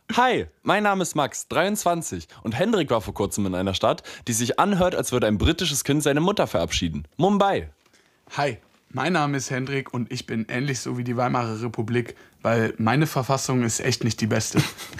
Hi, mein Name ist Max, 23 und Hendrik war vor kurzem in einer Stadt, die sich anhört, als würde ein britisches Kind seine Mutter verabschieden. Mumbai. Hi, mein Name ist Hendrik und ich bin ähnlich so wie die Weimarer Republik, weil meine Verfassung ist echt nicht die beste.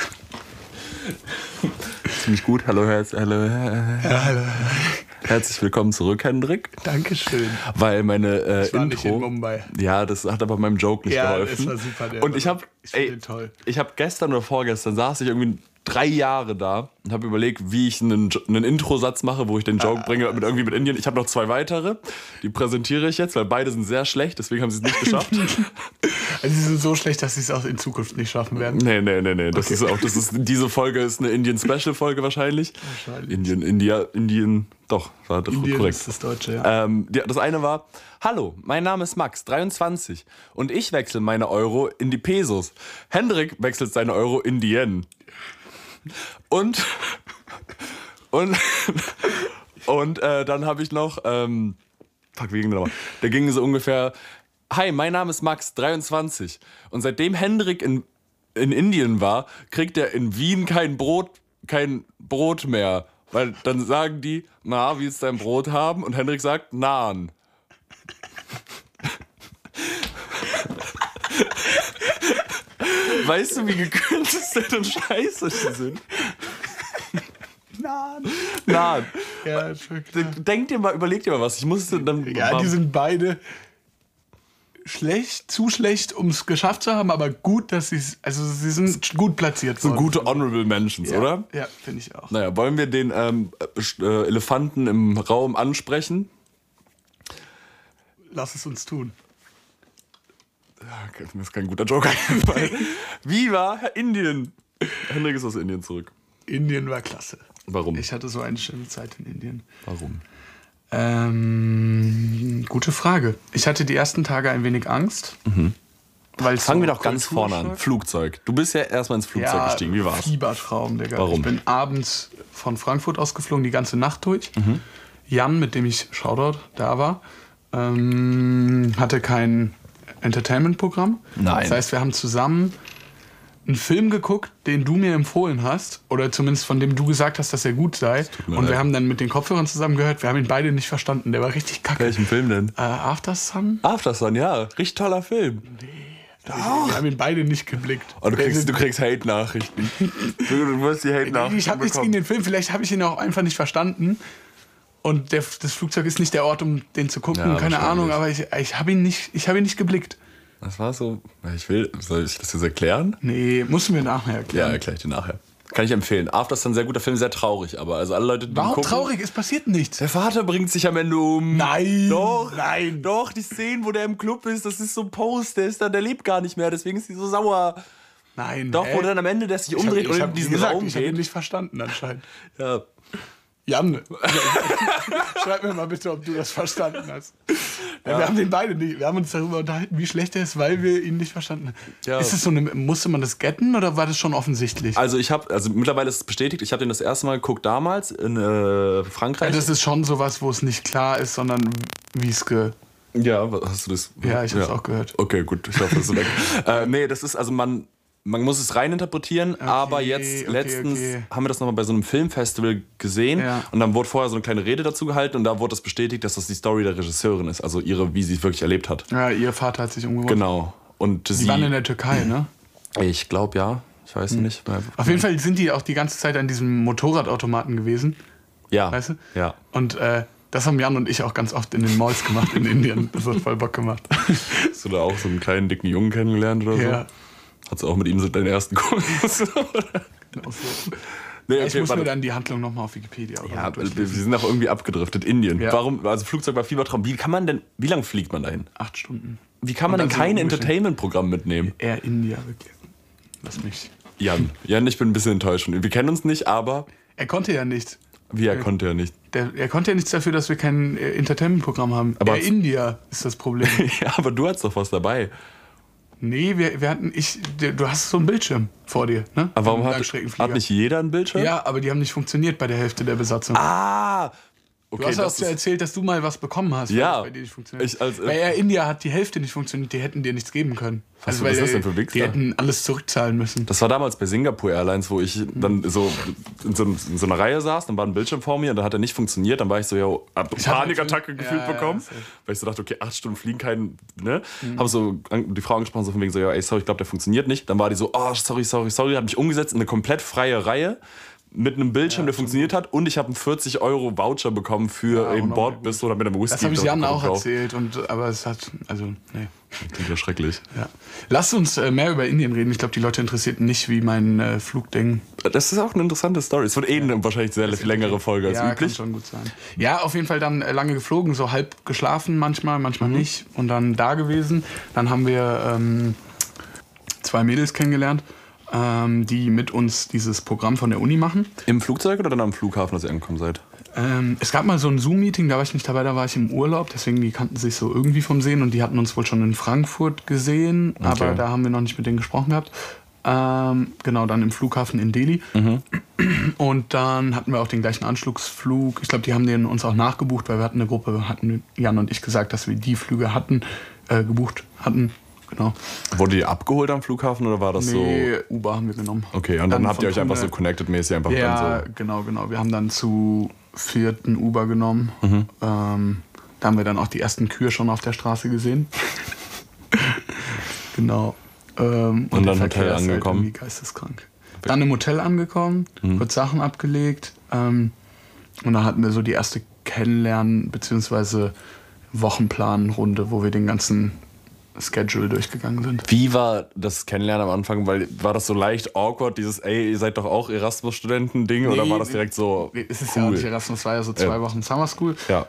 Ziemlich gut. Hallo. Hallo. Herzlich willkommen zurück, Hendrik. Dankeschön. Weil meine Ich war Intro... nicht in Mumbai. Ja, das hat aber meinem Joke nicht geholfen. Ja, das war super. Und ich finde den toll. Ich habe gestern oder vorgestern saß ich irgendwie 3 Jahre da und habe überlegt, wie ich einen Intro-Satz mache, wo ich den Joke bringe mit Indien. Ich habe noch 2 weitere, die präsentiere ich jetzt, weil beide sind sehr schlecht, deswegen haben sie es nicht geschafft. Also sie sind so schlecht, dass sie es auch in Zukunft nicht schaffen werden. Nee. Diese Folge ist eine Indian-Special-Folge wahrscheinlich. Indien, doch, war doch Indien korrekt. ist das Deutsche, ja. Das eine war: Hallo, mein Name ist Max, 23 und ich wechsle meine Euro in die Pesos. Hendrik wechselt seine Euro in die Yen. Und dann habe ich noch, wie ging der nochmal? Da ging so ungefähr: Hi, mein Name ist Max, 23 und seitdem Hendrik in Indien war, kriegt er in Wien kein Brot mehr. Weil dann sagen die: Na, willst du dein Brot haben? Und Hendrik sagt: Naan. Weißt du, wie gekünstelt und scheiße sie sind? Naan. Ja, wirklich. Überleg dir mal was. Ich musste dann. Ja, die sind beide zu schlecht, um es geschafft zu haben, aber gut, dass sie sind gut platziert So worden. gute Honorable Mentions, Ja, oder? Ja, finde ich auch. Naja, wollen wir den Elefanten im Raum ansprechen? Lass es uns tun. Ja, mir ist kein guter Joke eingefallen. Viva Indien! Hendrik ist aus Indien zurück. Indien war klasse. Warum? Ich hatte so eine schöne Zeit in Indien. Warum? Gute Frage. Ich hatte die ersten Tage ein wenig Angst. Fangen wir doch ganz vorne an. Flugzeug. Du bist ja erstmal ins Flugzeug gestiegen. Wie war's? Fiebertraum, Digga. Warum? Ich bin abends von Frankfurt ausgeflogen, die ganze Nacht durch. Jan, mit dem ich, Shoutout, da war, hatte kein Entertainment-Programm. Nein. Das heißt, wir haben zusammen einen Film geguckt, den du mir empfohlen hast, oder zumindest von dem du gesagt hast, dass er gut sei. Und wir haben dann mit den Kopfhörern zusammen gehört, wir haben ihn beide nicht verstanden. Der war richtig kacke. Welchen Film denn? After Sun? After Sun, ja. Richtig toller Film. Wir haben ihn beide nicht geblickt. Oh, du kriegst Hate-Nachrichten. Du wirst die Hate-Nachrichten Ich habe nichts gegen den Film, vielleicht habe ich ihn auch einfach nicht verstanden. Und das Flugzeug ist nicht der Ort, um den zu gucken, Ja, keine Ahnung, aber ich habe ihn nicht geblickt. Das war so. Soll ich das jetzt erklären? Nee, mussten wir nachher Ja, erklären. erkläre ich dir nachher. Kann ich empfehlen. After Sun, sehr guter Film, sehr traurig, aber also alle Leute, die Warum gucken, traurig? Es passiert nichts. Der Vater bringt sich am Ende um. Nein. Nein. Doch, die Szenen, wo der im Club ist, das ist so Post, der lebt gar nicht mehr, deswegen ist die so sauer. Nein. Doch, wo dann am Ende der sich umdreht und in diesen Raum Ich habe ihn geht. nicht verstanden anscheinend. Ja. Jan, schreib mir mal bitte, ob du das verstanden hast. Ja. Wir haben den beide nicht. Wir haben uns darüber unterhalten, wie schlecht er ist, weil wir ihn nicht verstanden haben. Ja. Ist es so musste man das getten oder war das schon offensichtlich? Also mittlerweile ist es bestätigt, ich habe den das erste Mal geguckt damals in Frankreich. Das ist schon sowas, wo es nicht klar ist, sondern wie es Ja, hast du das? Ja, ich habe es auch gehört. Okay, gut, ich hoffe, das ist weg. Nee, das ist, also man muss es reininterpretieren, aber jetzt letztens haben wir das nochmal bei so einem Filmfestival gesehen und dann wurde vorher so eine kleine Rede dazu gehalten und da wurde es bestätigt, dass das die Story der Regisseurin ist, also wie sie es wirklich erlebt hat. Ja, ihr Vater hat sich umgebracht. Genau. Und sie waren in der Türkei, ne? Ich glaube, ja. Ich weiß nicht. Auf jeden Fall sind die auch die ganze Zeit an diesem Motorradautomaten gewesen. Ja. Weißt du? Ja. Und das haben Jan und ich auch ganz oft in den Malls gemacht in Indien. Das hat voll Bock gemacht. Hast du da auch so einen kleinen, dicken Jungen kennengelernt oder so? Ja. Hast du auch mit ihm so deinen ersten Kuss? Nee, okay, ich muss mir dann die Handlung nochmal auf Wikipedia ja, wir sind auch irgendwie abgedriftet. Indien. Ja. Warum? Also Flugzeug war Fiebertraum. Wie lange fliegt man dahin? 8 Stunden. Wie kann man denn kein Entertainment-Programm mitnehmen? Air India, wirklich. Lass mich. Jan, ich bin ein bisschen enttäuscht. Wir kennen uns nicht, aber... Er konnte ja nichts. Wie, er konnte ja nicht? Er konnte ja nichts dafür, dass wir kein Entertainment-Programm haben. Aber Air India ist das Problem. Ja, aber du hattest doch was dabei. Nee, wir hatten... Du hast so einen Bildschirm vor dir, ne? Aber warum hat nicht jeder einen Bildschirm? Ja, aber die haben nicht funktioniert bei der Hälfte der Besatzung. Ah! Du hast auch erzählt, dass du mal was bekommen hast, weil ja, das bei dir nicht funktioniert. weil Air India hat die Hälfte nicht funktioniert, die hätten dir nichts geben können. Was ist das denn für Wichser? Die hätten alles zurückzahlen müssen. Das war damals bei Singapore Airlines, wo ich dann so in so einer Reihe saß, dann war ein Bildschirm vor mir und dann hat er nicht funktioniert. Dann war ich so, Panikattacke gefühlt bekommen. Weil ich so dachte, okay, 8 Stunden fliegen, ne? Habe so die Frau angesprochen, so von wegen so, sorry, ich glaube, der funktioniert nicht. Dann war die so, sorry, hat mich umgesetzt in eine komplett freie Reihe. Mit einem Bildschirm, der funktioniert hat, und ich habe einen 40-Euro-Voucher bekommen für eben Bordbistro oder mit einem Whisky. Das habe ich Jan auch erzählt, aber es hat, nee. Klingt ja schrecklich. Ja. Lass uns mehr über Indien reden. Ich glaube, die Leute interessiert nicht, wie mein Flugding. Das ist auch eine interessante Story. Es wird eine wahrscheinlich sehr längere Folge als üblich. Kann schon gut sein. Ja, auf jeden Fall dann lange geflogen, so halb geschlafen manchmal nicht und dann da gewesen. Dann haben wir 2 Mädels kennengelernt, die mit uns dieses Programm von der Uni machen. Im Flugzeug oder dann am Flughafen, als ihr angekommen seid? Es gab mal so ein Zoom-Meeting, da war ich nicht dabei, da war ich im Urlaub, deswegen die kannten sich so irgendwie vom Sehen und die hatten uns wohl schon in Frankfurt gesehen, aber da haben wir noch nicht mit denen gesprochen gehabt. Genau, dann im Flughafen in Delhi. Und dann hatten wir auch den gleichen Anschlussflug. Ich glaube, die haben den uns auch nachgebucht, weil wir hatten eine Gruppe, hatten Jan und ich gesagt, dass wir die Flüge gebucht hatten. Genau. Wurde ihr abgeholt am Flughafen oder war das so? Nee, Uber haben wir genommen. Okay, und dann habt ihr euch einfach so connected-mäßig einfach dann so. Genau. Wir haben dann zu 4. Uber genommen. Da haben wir dann auch die ersten Kühe schon auf der Straße gesehen. Genau. Und dann im Hotel angekommen. Halt geisteskrank. Dann im Hotel angekommen, kurz Sachen abgelegt. Und dann hatten wir so die erste Kennenlernen- bzw. Wochenplanrunde, wo wir den ganzen Schedule durchgegangen sind. Wie war das Kennenlernen am Anfang? War das so leicht awkward, dieses, ihr seid doch auch Erasmus-Studenten-Ding? Oder war das direkt so es ist ja auch nicht Erasmus, es war ja so 2 Wochen Summer School. Ja.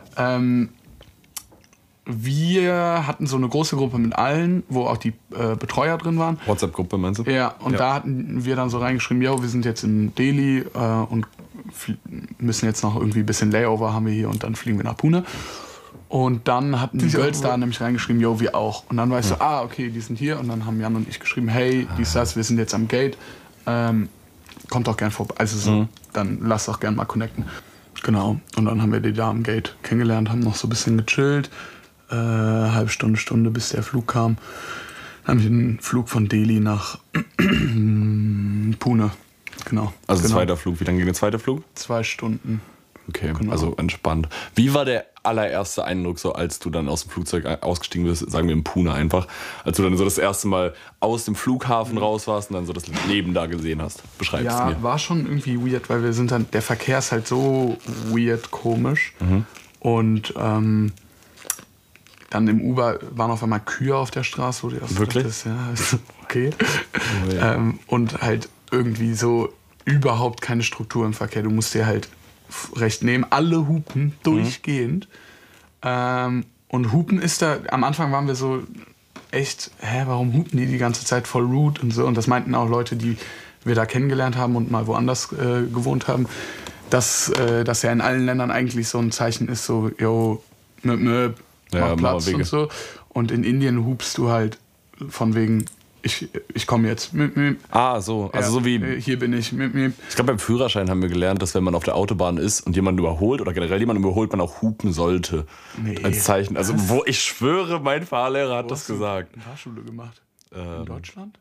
Wir hatten so eine große Gruppe mit allen, wo auch die Betreuer drin waren. WhatsApp-Gruppe meinst du? Ja, und da hatten wir dann so reingeschrieben, wir sind jetzt in Delhi und müssen jetzt noch irgendwie ein bisschen Layover haben wir hier und dann fliegen wir nach Pune. Und dann hatten die Girls da nämlich reingeschrieben, wir auch. Und dann war ich so, okay, die sind hier. Und dann haben Jan und ich geschrieben, hey, wir sind jetzt am Gate. Kommt doch gern vorbei. Also so, dann lass doch gern mal connecten. Genau. Und dann haben wir die da am Gate kennengelernt, haben noch so ein bisschen gechillt. Halbe Stunde, bis der Flug kam. Dann haben wir den Flug von Delhi nach Pune. Genau. Also zweiter Flug. Wie lange ging der zweite Flug? 2 Stunden. Okay, also entspannt. Wie war der allererste Eindruck, so als du dann aus dem Flugzeug ausgestiegen bist, sagen wir in Pune einfach, als du dann so das erste Mal aus dem Flughafen raus warst und dann so das Leben da gesehen hast? Beschreib es mir. Ja, war schon irgendwie weird, weil wir sind dann, der Verkehr ist halt so weird komisch. Und dann im Uber waren auf einmal Kühe auf der Straße, wo du auch wirklich? Dachtest, ja, ist okay. Und halt irgendwie so überhaupt keine Struktur im Verkehr. Du musst dir halt recht nehmen, alle hupen durchgehend. Und hupen ist da, am Anfang waren wir so echt, warum hupen die ganze Zeit voll rude und so. Und das meinten auch Leute, die wir da kennengelernt haben und mal woanders gewohnt haben, dass ja in allen Ländern eigentlich so ein Zeichen ist, so, mach Platz und so. Und in Indien hupst du halt von wegen, ich komme jetzt. So. Also so wie... Hier bin ich. Ich glaube, beim Führerschein haben wir gelernt, dass wenn man auf der Autobahn ist und jemanden überholt oder generell jemanden überholt, man auch hupen sollte. Nee. Als Zeichen. Also ich schwöre, mein Fahrlehrer hat das gesagt. Eine Fahrschule gemacht? In Deutschland?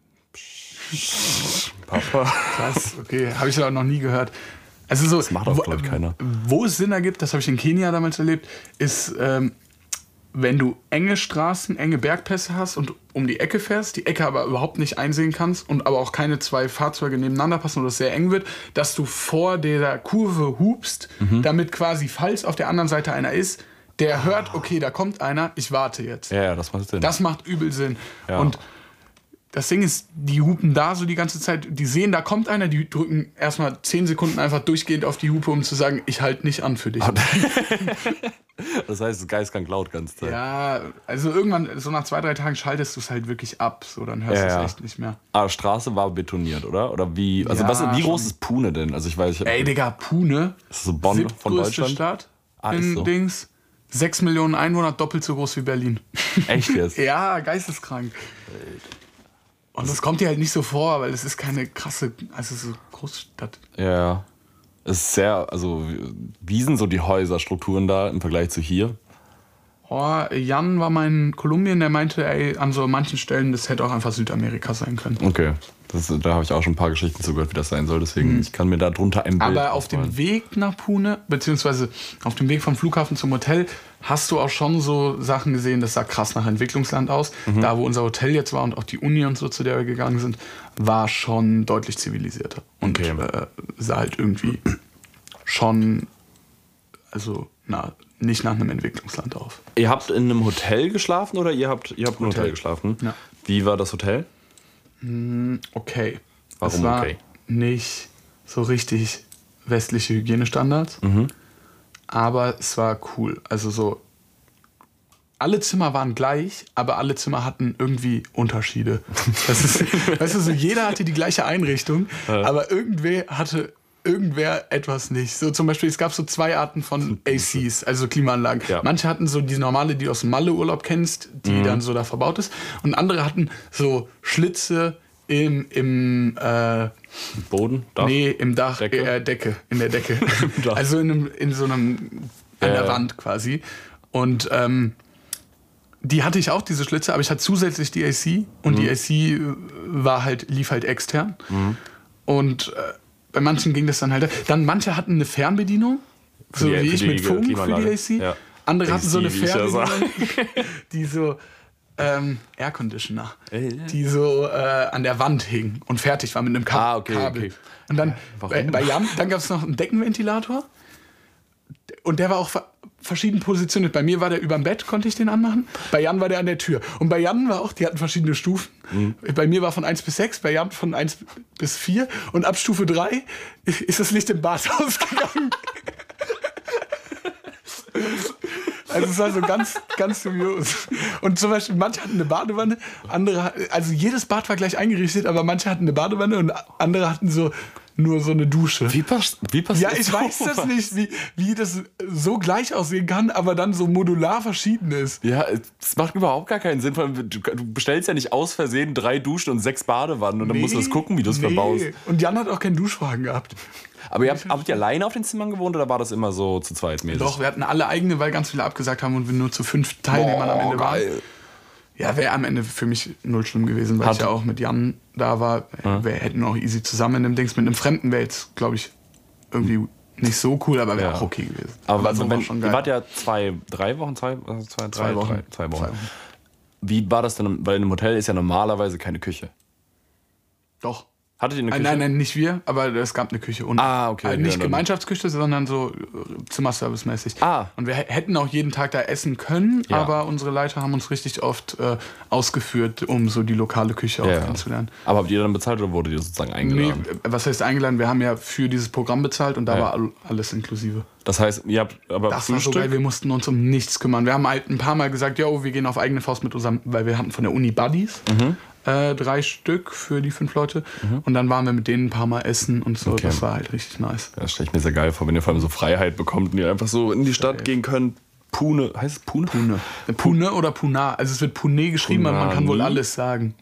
Papa. Krass, okay. Habe ich aber noch nie gehört. Also so, das macht auch, glaube ich, keiner. Wo es Sinn ergibt, das habe ich in Kenia damals erlebt, ist... wenn du enge Straßen, enge Bergpässe hast und um die Ecke fährst, die Ecke aber überhaupt nicht einsehen kannst und aber auch keine 2 Fahrzeuge nebeneinander passen oder es sehr eng wird, dass du vor der Kurve hupst, damit quasi, falls auf der anderen Seite einer ist, der hört, okay, da kommt einer, ich warte jetzt. Ja, das macht Sinn. Das macht übel Sinn. Ja. Und das Ding ist, die hupen da so die ganze Zeit, die sehen, da kommt einer, die drücken erstmal 10 Sekunden einfach durchgehend auf die Hupe, um zu sagen, ich halte nicht an für dich. Das heißt, es geistkrank laut ganze Zeit. Ja, also irgendwann, so nach 2, 3 Tagen schaltest du es halt wirklich ab, so dann hörst du es echt nicht mehr. Aber Straße war betoniert, oder? Oder wie? Also wie groß ist Pune denn? Also ich weiß, Digga, Pune, ist so Bonn von Deutschland? Stadt ist so. Dings, 6 Millionen Einwohner, doppelt so groß wie Berlin. Echt jetzt? Ja, geisteskrank. Und das kommt dir halt nicht so vor, weil es ist keine krasse, also so Großstadt. Ja. Es ist sehr, also wie sind so die Häuserstrukturen da im Vergleich zu hier? Jan war mal in Kolumbien, der meinte, ey, an so manchen Stellen, das hätte auch einfach Südamerika sein können. Okay, da habe ich auch schon ein paar Geschichten zugehört, wie das sein soll. Deswegen, ich kann mir da drunter ein Bild Aber auf dem Weg nach Pune, beziehungsweise auf dem Weg vom Flughafen zum Hotel, hast du auch schon so Sachen gesehen, das sah krass nach Entwicklungsland aus. Da, wo unser Hotel jetzt war und auch die Uni und so, zu der wir gegangen sind, war schon deutlich zivilisierter. Und sah halt irgendwie schon, also nicht nach einem Entwicklungsland auf. Ihr habt in einem Hotel geschlafen oder ihr habt im Hotel geschlafen? Ja. Wie war das Hotel? Okay. Warum es war okay? nicht so richtig westliche Hygienestandards, aber es war cool. Also so, alle Zimmer waren gleich, aber alle Zimmer hatten irgendwie Unterschiede. Das ist, weißt du, so jeder hatte die gleiche Einrichtung, aber irgendwer etwas nicht. So zum Beispiel, es gab so 2 Arten von ACs, also Klimaanlagen. Ja. Manche hatten so die normale, die du aus dem Malle-Urlaub kennst, die dann so da verbaut ist. Und andere hatten so Schlitze im Boden? Dach? Nee, im Dach, Decke, in der Decke. Also in so einem, an der Wand quasi. Und die hatte ich auch, diese Schlitze, aber ich hatte zusätzlich die AC. Und die AC lief halt extern. Und bei manchen ging das dann halt. Dann manche hatten eine Fernbedienung, so wie ich mit Funk für die AC. Ja. Andere hatten so eine Fernbedienung, die so Air Conditioner, die so an der Wand hing und fertig war mit einem Kabel. Okay. Und dann bei Jan, dann gab es noch einen Deckenventilator und der war auch verschieden positioniert. Bei mir war der über dem Bett, konnte ich den anmachen. Bei Jan war der an der Tür. Und bei Jan war auch, die hatten verschiedene Stufen. Bei mir war von 1 bis 6, bei Jan von 1 bis 4. Und ab Stufe 3 ist das Licht im Bad ausgegangen. Also es war so ganz, ganz dubios. Und zum Beispiel, manche hatten eine Badewanne, andere, also jedes Bad war gleich eingerichtet, aber manche hatten eine Badewanne und andere hatten nur so eine Dusche. Wie passiert Ja, ich weiß das nicht, wie das so gleich aussehen kann, aber dann so modular verschieden ist. Ja, es macht überhaupt gar keinen Sinn. Du bestellst ja nicht aus Versehen 3 Duschen und 6 Badewannen und dann musst du das gucken, wie du es verbaust. Und Jan hat auch keinen Duschwagen gehabt. Aber habt ihr alleine auf den Zimmern gewohnt oder war das immer so zu zweit mäßig? Doch, wir hatten alle eigene, weil ganz viele abgesagt haben und wir nur zu 5 Teilnehmern am Ende waren. Ja, wäre am Ende für mich 0 schlimm gewesen, weil ich ja auch mit Jan da war. Wir hätten auch easy zusammen in dem Dings. Mit einem Fremden wäre jetzt, glaube ich, irgendwie nicht so cool, aber wäre auch okay gewesen. Aber also, ihr wart ja 3 Wochen. 2 Wochen. Wie war das denn? Weil in einem Hotel ist ja normalerweise keine Küche. Doch. Hattet ihr eine Küche? Nein, nicht wir, aber es gab eine Küche. Und okay. Nicht Gemeinschaftsküche, sondern so Zimmerservice-mäßig. Und wir hätten auch jeden Tag da essen können, aber unsere Leiter haben uns richtig oft ausgeführt, um so die lokale Küche auch kennenzulernen. Aber habt ihr dann bezahlt oder wurdet ihr sozusagen eingeladen? Nee, was heißt eingeladen? Wir haben ja für dieses Programm bezahlt und da war alles inklusive. Das heißt, ihr habt aber das Frühstück? War so geil, wir mussten uns um nichts kümmern. Wir haben halt ein paar Mal gesagt, wir gehen auf eigene Faust mit unserem, weil wir hatten von der Uni Buddies. 3 Stück für die 5 Leute. Und dann waren wir mit denen ein paar Mal essen und so. Okay. Das war halt richtig nice. Das stelle ich mir sehr geil vor, wenn ihr vor allem so Freiheit bekommt und ihr einfach so in die Stadt gehen könnt. Pune, heißt es Pune? Pune oder Puna. Also es wird Pune geschrieben, aber man kann wohl alles sagen.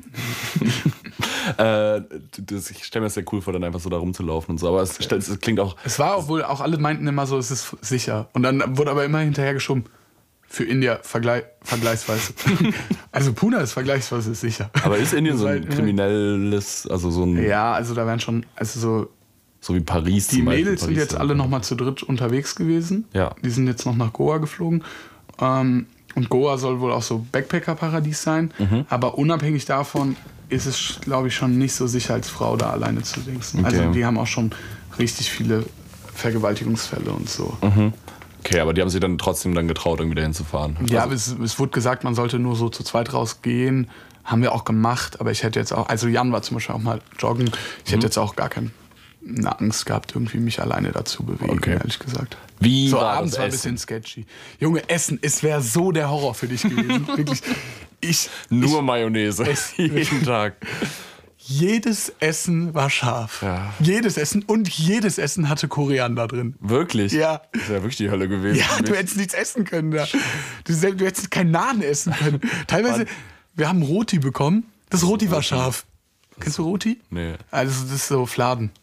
Ich stelle mir das sehr cool vor, dann einfach so da rumzulaufen und so. Aber es klingt auch... Es war auch wohl, auch alle meinten immer so, es ist sicher. Und dann wurde aber immer hinterher geschoben. Für India vergleichsweise. Also Pune ist vergleichsweise sicher. Aber ist Indien so ein kriminelles, also so ein... Ja, also da werden schon, also so wie Paris zum Beispiel. Die Mädels sind jetzt alle nochmal zu dritt unterwegs gewesen. Ja. Die sind jetzt noch nach Goa geflogen. Und Goa soll wohl auch so Backpacker-Paradies sein. Aber unabhängig davon ist es, glaube ich, schon nicht so sicher, als Frau da alleine zu dingsen. Okay. Also die haben auch schon richtig viele Vergewaltigungsfälle und so. Okay, aber die haben sich dann trotzdem getraut, irgendwie dahin zu fahren. Ja, es wurde gesagt, man sollte nur so zu zweit rausgehen. Haben wir auch gemacht, aber ich hätte jetzt auch, also Jan war zum Beispiel auch mal joggen. Ich hätte jetzt auch gar keine Angst gehabt, irgendwie mich alleine dazu bewegen, ehrlich gesagt. Wie so war abends das war ein bisschen sketchy. Junge, Essen, es wäre so der Horror für dich gewesen. Wirklich. Nur Mayonnaise. Jeden Tag. Jedes Essen war scharf. Ja. Jedes Essen und jedes Essen hatte Koriander drin. Wirklich? Ja. Das wäre wirklich die Hölle gewesen. Ja, du hättest nichts essen können da. Du hättest keinen Naan essen können. Teilweise, wir haben Roti bekommen. Das Roti war scharf. Kennst du Roti? Nee. Also das ist so Fladen.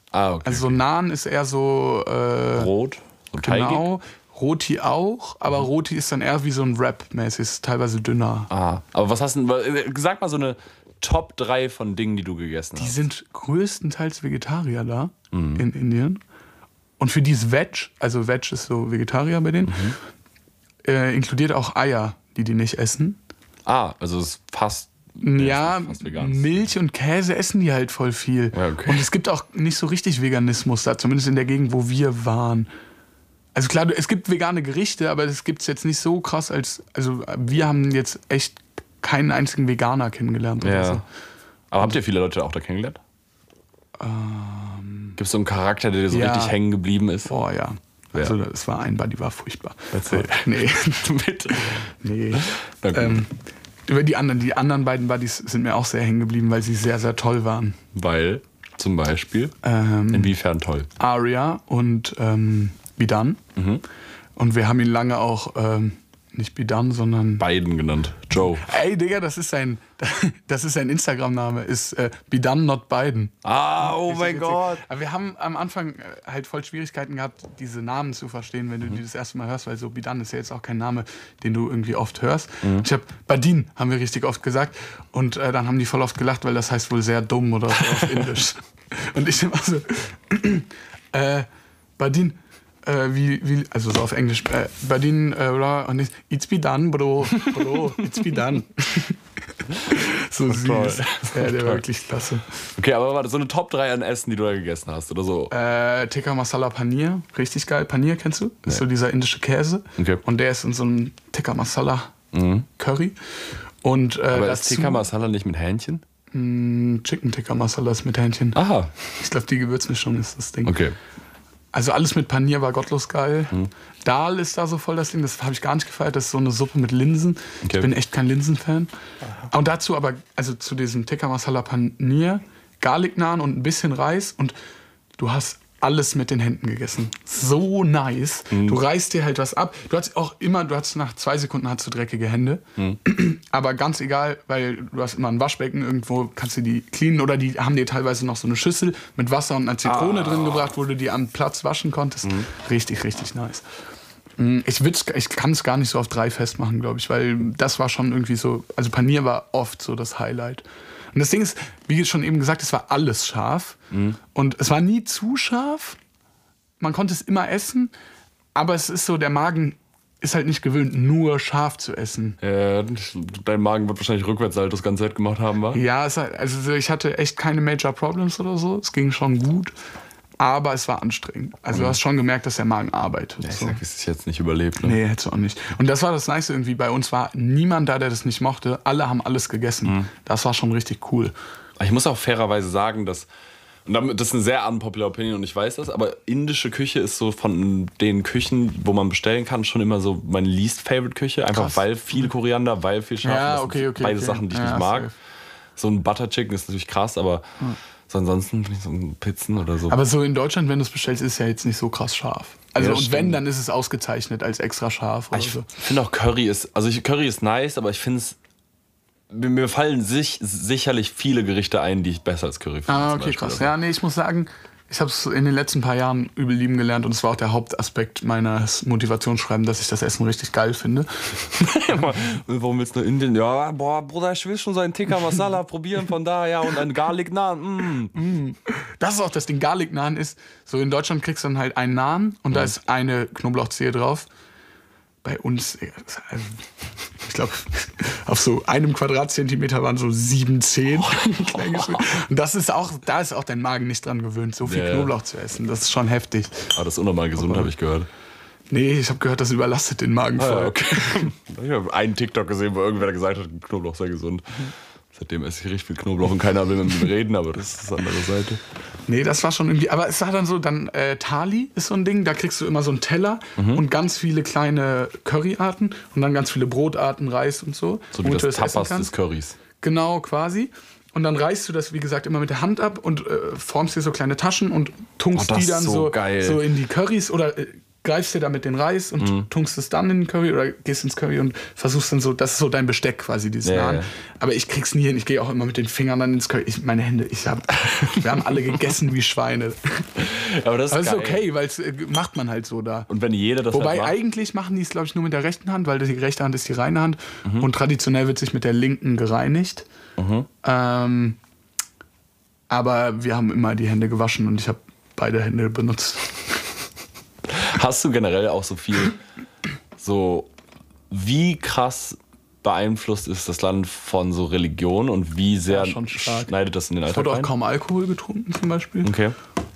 Ah, okay. Also so Naan ist eher so... Brot, so teigig? Genau. Roti auch, aber Roti ist dann eher wie so ein Wrap-mäßig, ist teilweise dünner. Ah, aber was hast du denn, sag mal so eine Top 3 von Dingen, die du gegessen hast. Die sind größtenteils Vegetarier da in Indien. Und für die ist Veg, also Veg ist so Vegetarier bei denen, inkludiert auch Eier, die nicht essen. Ah, also es ist fast... Ja, fast vegan. Milch und Käse essen die halt voll viel. Ja, okay. Und es gibt auch nicht so richtig Veganismus da, zumindest in der Gegend, wo wir waren. Also klar, es gibt vegane Gerichte, aber das gibt es jetzt nicht so krass also wir haben jetzt echt keinen einzigen Veganer kennengelernt oder so. Aber habt ihr viele Leute auch da kennengelernt? Gibt es so einen Charakter, der dir so richtig hängen geblieben ist? Boah, ja. Also es war ein Buddy, war furchtbar. Erzähl. Nee. Bitte. Nee. Danke. Über die anderen beiden Buddies sind mir auch sehr hängen geblieben, weil sie sehr, sehr toll waren. Weil, zum Beispiel, inwiefern toll? Aria und Bidan. Und wir haben ihn lange auch nicht Bidan, sondern... Biden genannt. Joe. Ey, Digga, das ist sein Instagram-Name, ist Bidan not Biden. Ah, oh mein Gott. Aber wir haben am Anfang halt voll Schwierigkeiten gehabt, diese Namen zu verstehen, wenn du die das erste Mal hörst, weil so Bidan ist ja jetzt auch kein Name, den du irgendwie oft hörst. Ich habe Badin, haben wir richtig oft gesagt. Und dann haben die voll oft gelacht, weil das heißt wohl sehr dumm oder so auf Indisch. Und ich immer so, Badin, also so auf Englisch, Badin, und ich, it's be done, bro, it's be done. So süß. Toll. Ja, der war wirklich klasse. Okay, aber warte, so eine Top 3 an Essen, die du da gegessen hast oder so? Tikka Masala Paneer, richtig geil. Paneer kennst du? Das ist so dieser indische Käse. Okay. Und der ist in so einem Tikka Masala Curry. Und, aber ist Tikka Masala nicht mit Hähnchen? Chicken Tikka Masala ist mit Hähnchen. Aha. Ich glaube, die Gewürzmischung ist das Ding. Okay. Also alles mit Panier war gottlos geil. Dal ist da so voll das Ding, das habe ich gar nicht gefeiert. Das ist so eine Suppe mit Linsen. Okay. Ich bin echt kein Linsen-Fan. Und dazu aber, also zu diesem Tikka Masala Paneer, Garlic Naan und ein bisschen Reis. Und du hast alles mit den Händen gegessen. So nice. Du reißt dir halt was ab. Du hattest nach 2 Sekunden hast du dreckige Hände. Aber ganz egal, weil du hast immer ein Waschbecken irgendwo, kannst du die cleanen. Oder die haben dir teilweise noch so eine Schüssel mit Wasser und einer Zitrone drin gebracht, wo du die am Platz waschen konntest. Richtig, richtig nice. Ich kann es gar nicht so auf 3 festmachen, glaube ich, weil das war schon irgendwie so, also Panier war oft so das Highlight. Und das Ding ist, wie schon eben gesagt, es war alles scharf. Und es war nie zu scharf. Man konnte es immer essen. Aber es ist so, der Magen ist halt nicht gewöhnt, nur scharf zu essen. Dein Magen wird wahrscheinlich Rückwärtssalto das ganze Zeit gemacht haben, wa? Ja, also ich hatte echt keine Major Problems oder so. Es ging schon gut. Aber es war anstrengend. Also du hast schon gemerkt, dass der Magen arbeitet. Ja, ich so. sag, es ist jetzt nicht überlebt. Ne? Nee, hättest du auch nicht. Und das war das Nice irgendwie. Bei uns war niemand da, der das nicht mochte. Alle haben alles gegessen. Das war schon richtig cool. Ich muss auch fairerweise sagen, dass, und das ist eine sehr unpopular Opinion und ich weiß das, aber indische Küche ist so von den Küchen, wo man bestellen kann, schon immer so meine least favorite Küche. Einfach Krass. weil viel Koriander, weil viel Scharf. Ja, Das okay, sind okay. beide Sachen, die ich nicht mag. Safe. So ein Butter Chicken ist natürlich krass, aber so ansonsten finde ich so Pizzen oder so. Aber so in Deutschland, wenn du es bestellst, ist es ja jetzt nicht so krass scharf. Also Ja, und stimmt. wenn, dann ist es ausgezeichnet als extra scharf oder Ich so. finde auch Curry ist nice, aber ich finde es, mir fallen sicherlich viele Gerichte ein, die ich besser als Curry finde. Ah, zum okay, Beispiel. krass. Ja, nee, ich muss sagen, ich habe es in den letzten paar Jahren übel lieben gelernt und es war auch der Hauptaspekt meines Motivationsschreibens, dass ich das Essen richtig geil finde. Warum willst du Indien? Ja, boah, Bruder, ich will schon so einen Tikka Masala probieren von da, ja, und einen Garlic Naan. Das ist auch das Ding, Garlic Naan ist, so in Deutschland kriegst du dann halt einen Naan und da ist eine Knoblauchzehe drauf. Bei uns, ich glaube, auf so 1 Quadratzentimeter waren so 7 Zehen. Und da ist auch dein Magen nicht dran gewöhnt, so viel Ja. Knoblauch zu essen. Das ist schon heftig. Aber das ist unnormal gesund, habe ich gehört. Nee, ich habe gehört, das überlastet den Magen voll. Okay. Ich habe einen TikTok gesehen, wo irgendwer gesagt hat, Knoblauch sei gesund. Seitdem esse ich richtig viel Knoblauch und keiner will mit mir reden, aber das ist die andere Seite. Nee, das war schon irgendwie, aber es war dann so, Thali ist so ein Ding, da kriegst du immer so einen Teller und ganz viele kleine Curryarten und dann ganz viele Brotarten, Reis und so. So wie womit du das essen Tapas kannst. des Currys. Genau, quasi. Und dann reißt du das, wie gesagt, immer mit der Hand ab und formst dir so kleine Taschen und tunkst Oh, das die dann ist so geil. so in die Currys oder greifst dir damit den Reis und tunkst es dann in den Curry oder gehst ins Curry und versuchst dann so, das ist so dein Besteck quasi, dieses Naan. Ja. Aber ich krieg's nie hin, ich gehe auch immer mit den Fingern dann ins Curry. Meine Hände, wir haben alle gegessen wie Schweine. Aber das ist okay, weil es macht man halt so da. Und wenn jeder das Wobei halt macht? eigentlich machen die es, glaube ich, nur mit der rechten Hand, weil die rechte Hand ist die reine Hand und traditionell wird sich mit der linken gereinigt. Aber wir haben immer die Hände gewaschen und ich habe beide Hände benutzt. Hast du generell auch so viel, so wie krass beeinflusst ist das Land von so Religion und wie sehr schneidet das in den Alltag ein? Es wurde auch ein? kaum Alkohol getrunken zum Beispiel. Okay.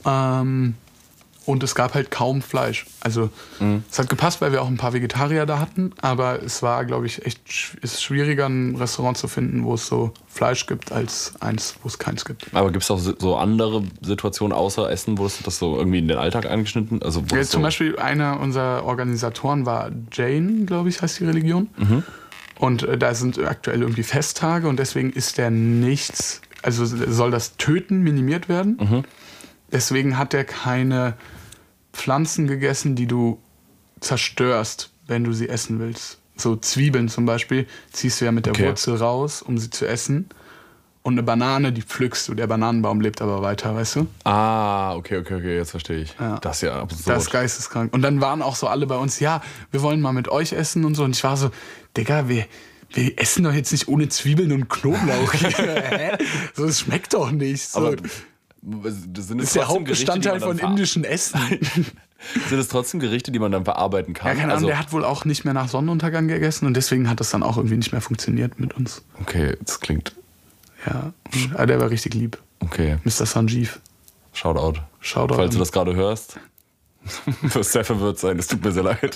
Und es gab halt kaum Fleisch. Also es hat gepasst, weil wir auch ein paar Vegetarier da hatten. Aber es war, glaube ich, ist schwieriger, ein Restaurant zu finden, wo es so Fleisch gibt, als eins, wo es keins gibt. Aber gibt es auch so andere Situationen außer Essen, wo das so irgendwie in den Alltag eingeschnitten? Also ja, zum Beispiel einer unserer Organisatoren war Jain, glaube ich, heißt die Religion. Und da sind aktuell irgendwie Festtage und deswegen ist der nichts, also soll das Töten minimiert werden. Deswegen hat er keine Pflanzen gegessen, die du zerstörst, wenn du sie essen willst. So Zwiebeln zum Beispiel ziehst du ja mit der Wurzel raus, um sie zu essen. Und eine Banane, die pflückst du. Der Bananenbaum lebt aber weiter, weißt du? Ah, okay, jetzt verstehe ich. Ja. Das ist ja absurd. Das ist geisteskrank. Und dann waren auch so alle bei uns, ja, wir wollen mal mit euch essen und so. Und ich war so, Digga, wir essen doch jetzt nicht ohne Zwiebeln und Knoblauch hier. Hä? So, das schmeckt doch nicht. So. Aber das ist der Hauptbestandteil von indischem Essen. Sind es trotzdem Gerichte, die man dann verarbeiten kann? Ja, keine Ahnung, der hat wohl auch nicht mehr nach Sonnenuntergang gegessen und deswegen hat das dann auch irgendwie nicht mehr funktioniert mit uns. Okay, das klingt... Ja, der war richtig lieb. Okay. Mr. Sanjeev. Shoutout. Falls du das gerade hörst, du wirst sehr verwirrt sein, es tut mir sehr leid.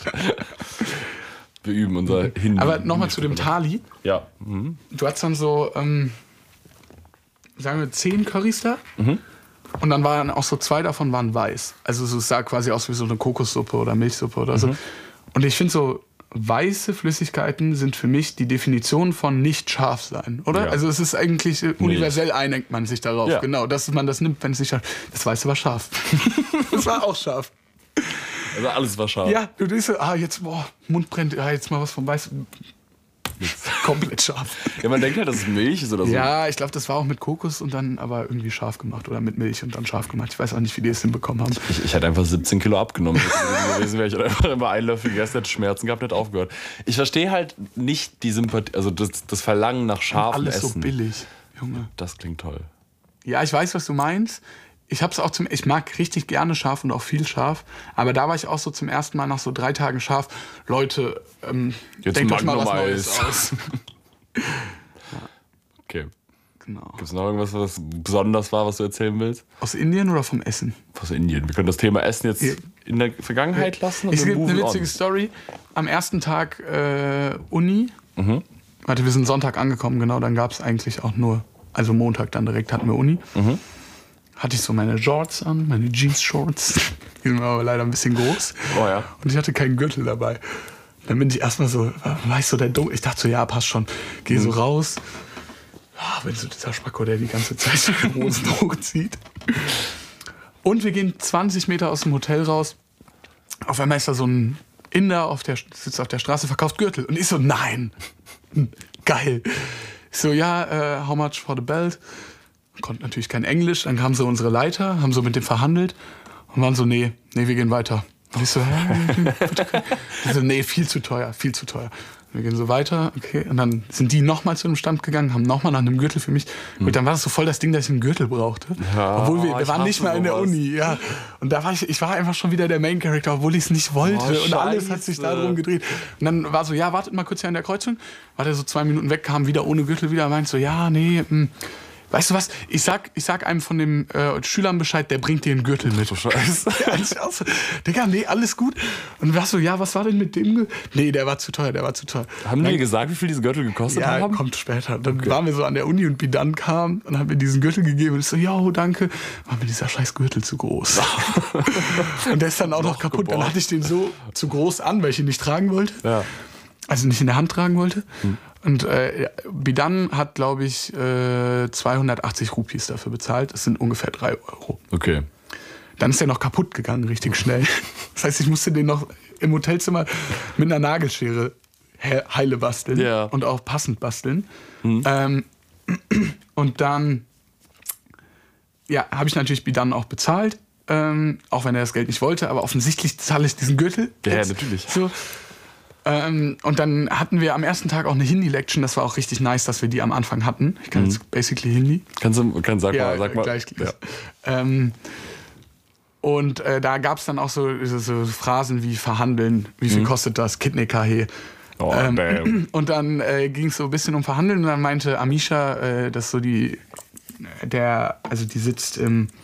Wir üben unser Hindi. Aber nochmal zu dem Thali. Ja. Du hattest dann so, sagen wir, 10 Currys da. Und dann waren auch so 2 davon waren weiß. Also es sah quasi aus wie so eine Kokossuppe oder Milchsuppe oder so. Und ich finde so, weiße Flüssigkeiten sind für mich die Definition von nicht scharf sein, oder? Ja. Also es ist eigentlich universell einigt man sich darauf. Ja. Genau, dass man das nimmt, wenn es nicht scharf ist. Das Weiße war scharf. Das war auch scharf. Also alles war scharf. Ja, du denkst so, jetzt, Mund brennt, jetzt mal was vom Weißen. Komplett scharf. Ja, man denkt halt, dass es Milch ist oder so. Ja, ich glaube, das war auch mit Kokos und dann aber irgendwie scharf gemacht oder mit Milch und dann scharf gemacht. Ich weiß auch nicht, wie die es hinbekommen haben. Ich hätte einfach 17 Kilo abgenommen. Gewesen wäre ich einfach immer einen Löffel gegessen, hätte Schmerzen gehabt, hätte aufgehört. Ich verstehe halt nicht die Sympathie, also das Verlangen nach scharfem Alles Essen. so billig, Junge. Das klingt toll. Ja, ich weiß, was du meinst. Ich mag richtig gerne scharf und auch viel scharf. Aber da war ich auch so zum ersten Mal nach so 3 Tagen scharf. Leute, denkt euch mal was Neues aus. Okay. Genau. Gibt es noch irgendwas, was besonders war, was du erzählen willst? Aus Indien oder vom Essen? Aus Indien. Wir können das Thema Essen jetzt in der Vergangenheit lassen. Es gibt eine witzige Story. Am ersten Tag Uni. Warte, wir sind Sonntag angekommen, genau. Dann gab es eigentlich auch nur, also Montag dann direkt hatten wir Uni. Hatte ich so meine Shorts an, meine Jeans-Shorts. Die sind aber leider ein bisschen groß. Oh ja. Und ich hatte keinen Gürtel dabei. Dann bin ich erstmal so, weißt du, der Dumm. Ich dachte so, ja, passt schon. Geh so raus. Ja, wenn so dieser Spacko, der die ganze Zeit die Hosen hochzieht. Und wir gehen 20 Meter aus dem Hotel raus. Auf einmal ist da so ein Inder, sitzt auf der Straße, verkauft Gürtel. Und ich so, nein. Geil. Ich so, ja, how much for the belt? Konnten natürlich kein Englisch. Dann kamen so unsere Leiter, haben so mit dem verhandelt und waren so, nee, wir gehen weiter. Und ich so, ich so, nee, viel zu teuer. Wir gehen so weiter, okay. Und dann sind die nochmal zu einem Stand gegangen, haben nochmal nach einem Gürtel für mich. Und dann war das so voll das Ding, dass ich einen Gürtel brauchte. Ja, obwohl wir waren nicht mal in der Uni. Ja. Und da war ich war einfach schon wieder der Main Character, obwohl ich es nicht wollte. Und alles hat sich darum gedreht. Und dann war so, ja, wartet mal kurz hier an der Kreuzung. War der so 2 Minuten weg, kam wieder ohne Gürtel wieder, meint so, ja, nee, weißt du was? Ich sag einem von den Schülern Bescheid, der bringt dir einen Gürtel mit. Scheiße. Ja, ich auch so, Digga, nee, alles gut. Und warst so, ja, was war denn mit dem? Nee, der war zu teuer. Haben die gesagt, wie viel diese Gürtel gekostet haben? Ja, kommt später. Dann waren wir so an der Uni und Bidan kam und hat mir diesen Gürtel gegeben. Und ich so, ja, danke. War mir dieser scheiß Gürtel zu groß. Und der ist dann auch noch kaputt. Geborgt. Dann hatte ich den so zu groß an, weil ich ihn nicht tragen wollte. Ja. Also nicht in der Hand tragen wollte. Und Bidan hat, glaube ich, 280 Rupees dafür bezahlt. Das sind ungefähr 3 Euro. Okay. Dann ist der noch kaputt gegangen, richtig schnell. Das heißt, ich musste den noch im Hotelzimmer mit einer Nagelschere heile basteln und auch passend basteln. Und dann habe ich natürlich Bidan auch bezahlt, auch wenn er das Geld nicht wollte, aber offensichtlich zahle ich diesen Gürtel. Ja, natürlich. So. Und dann hatten wir am ersten Tag auch eine Hindi-Lection, das war auch richtig nice, dass wir die am Anfang hatten. Ich kann jetzt basically Hindi. Sag mal. Gleich. Ja. Und da gab es dann auch so Phrasen wie verhandeln, wie viel kostet das, Kitne Kahe. Oh, und dann ging es so ein bisschen um Verhandeln und dann meinte Amisha, dass so die sitzt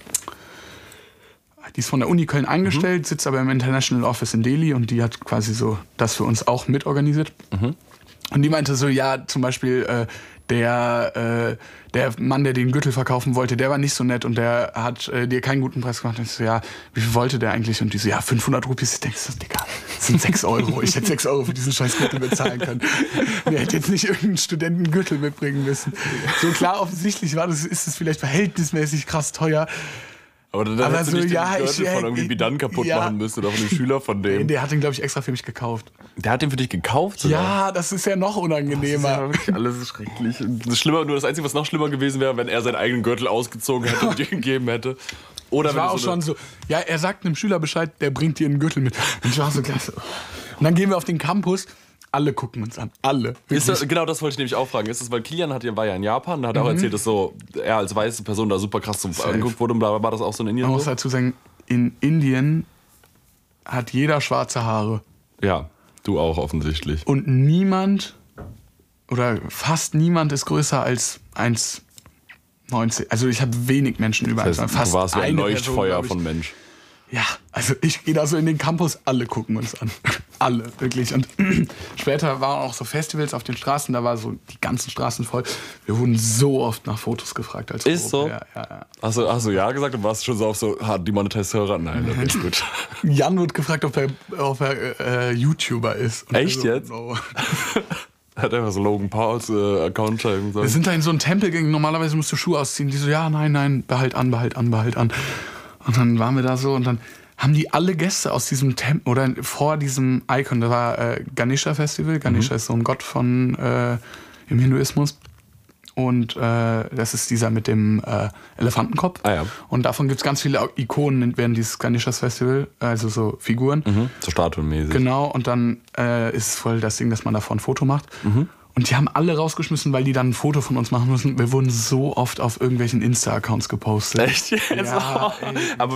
die ist von der Uni Köln eingestellt, sitzt aber im International Office in Delhi und die hat quasi so das für uns auch mitorganisiert. Und die meinte so, ja, zum Beispiel der Mann, der den Gürtel verkaufen wollte, der war nicht so nett und der hat dir keinen guten Preis gemacht. Und ich so, ja, wie viel wollte der eigentlich? Und die so, ja, 500 Rupees. Ich denke so, Digga, das sind 6 Euro. Ich hätte 6 Euro für diesen scheiß Gürtel bezahlen können. Mir hätte jetzt nicht irgendeinen Studenten Gürtel mitbringen müssen. So klar, offensichtlich ist es vielleicht verhältnismäßig krass teuer. Aber dann hättest du nicht den Gürtel von irgendwie Bidan kaputt machen müssen oder von dem Schüler von dem. Der hat den, glaube ich, extra für mich gekauft. Der hat den für dich gekauft? Oder? Ja, das ist ja noch unangenehmer. Das ist ja wirklich alles schrecklich. Das Einzige, was noch schlimmer gewesen wäre, wenn er seinen eigenen Gürtel ausgezogen hätte und dir gegeben hätte. Oder ich war auch schon so, ja, er sagt einem Schüler Bescheid, der bringt dir einen Gürtel mit. Und ich war so klasse. Und dann gehen wir auf den Campus. Alle gucken uns an. Alle. Genau das wollte ich nämlich auch fragen. Ist das, weil Kilian war ja in Japan, da hat er auch erzählt, dass so er als weiße Person da super krass angeguckt wurde und bla, war das auch so in Indien? Man muss dazu sagen, in Indien hat jeder schwarze Haare. Ja, du auch offensichtlich. Und niemand oder fast niemand ist größer als 1,90. Also ich habe wenig Menschen über 1,90. Du warst wie ein Leuchtfeuer von Mensch. Ja, also ich gehe da so in den Campus, alle gucken uns an. Alle, wirklich. Und später waren auch so Festivals auf den Straßen, da war so die ganzen Straßen voll. Wir wurden so oft nach Fotos gefragt als Ist Europäer. so? Ja. Hast du ja gesagt und warst schon so auf so die monetized Hörer? Nein, das ist gut. Jan wird gefragt, ob er YouTuber ist. Und echt jetzt? No. Hat einfach so Logan Pauls Account schreiben sollen. Wir sind da in so einen Tempel gegangen, normalerweise musst du Schuhe ausziehen. Die so, ja, nein, behalt an. Und dann waren wir da so und dann haben die alle Gäste aus diesem Tempel oder vor diesem Icon, da war Ganesha Festival. Ganesha ist so ein Gott von im Hinduismus. Und das ist dieser mit dem Elefantenkopf. Ah, ja. Und davon gibt es ganz viele Ikonen während dieses Ganeshas Festival, also so Figuren. So statuenmäßig. Genau, und dann ist es voll das Ding, dass man davon ein Foto macht. Und die haben alle rausgeschmissen, weil die dann ein Foto von uns machen müssen. Wir wurden so oft auf irgendwelchen Insta-Accounts gepostet. Echt jetzt? Ja, aber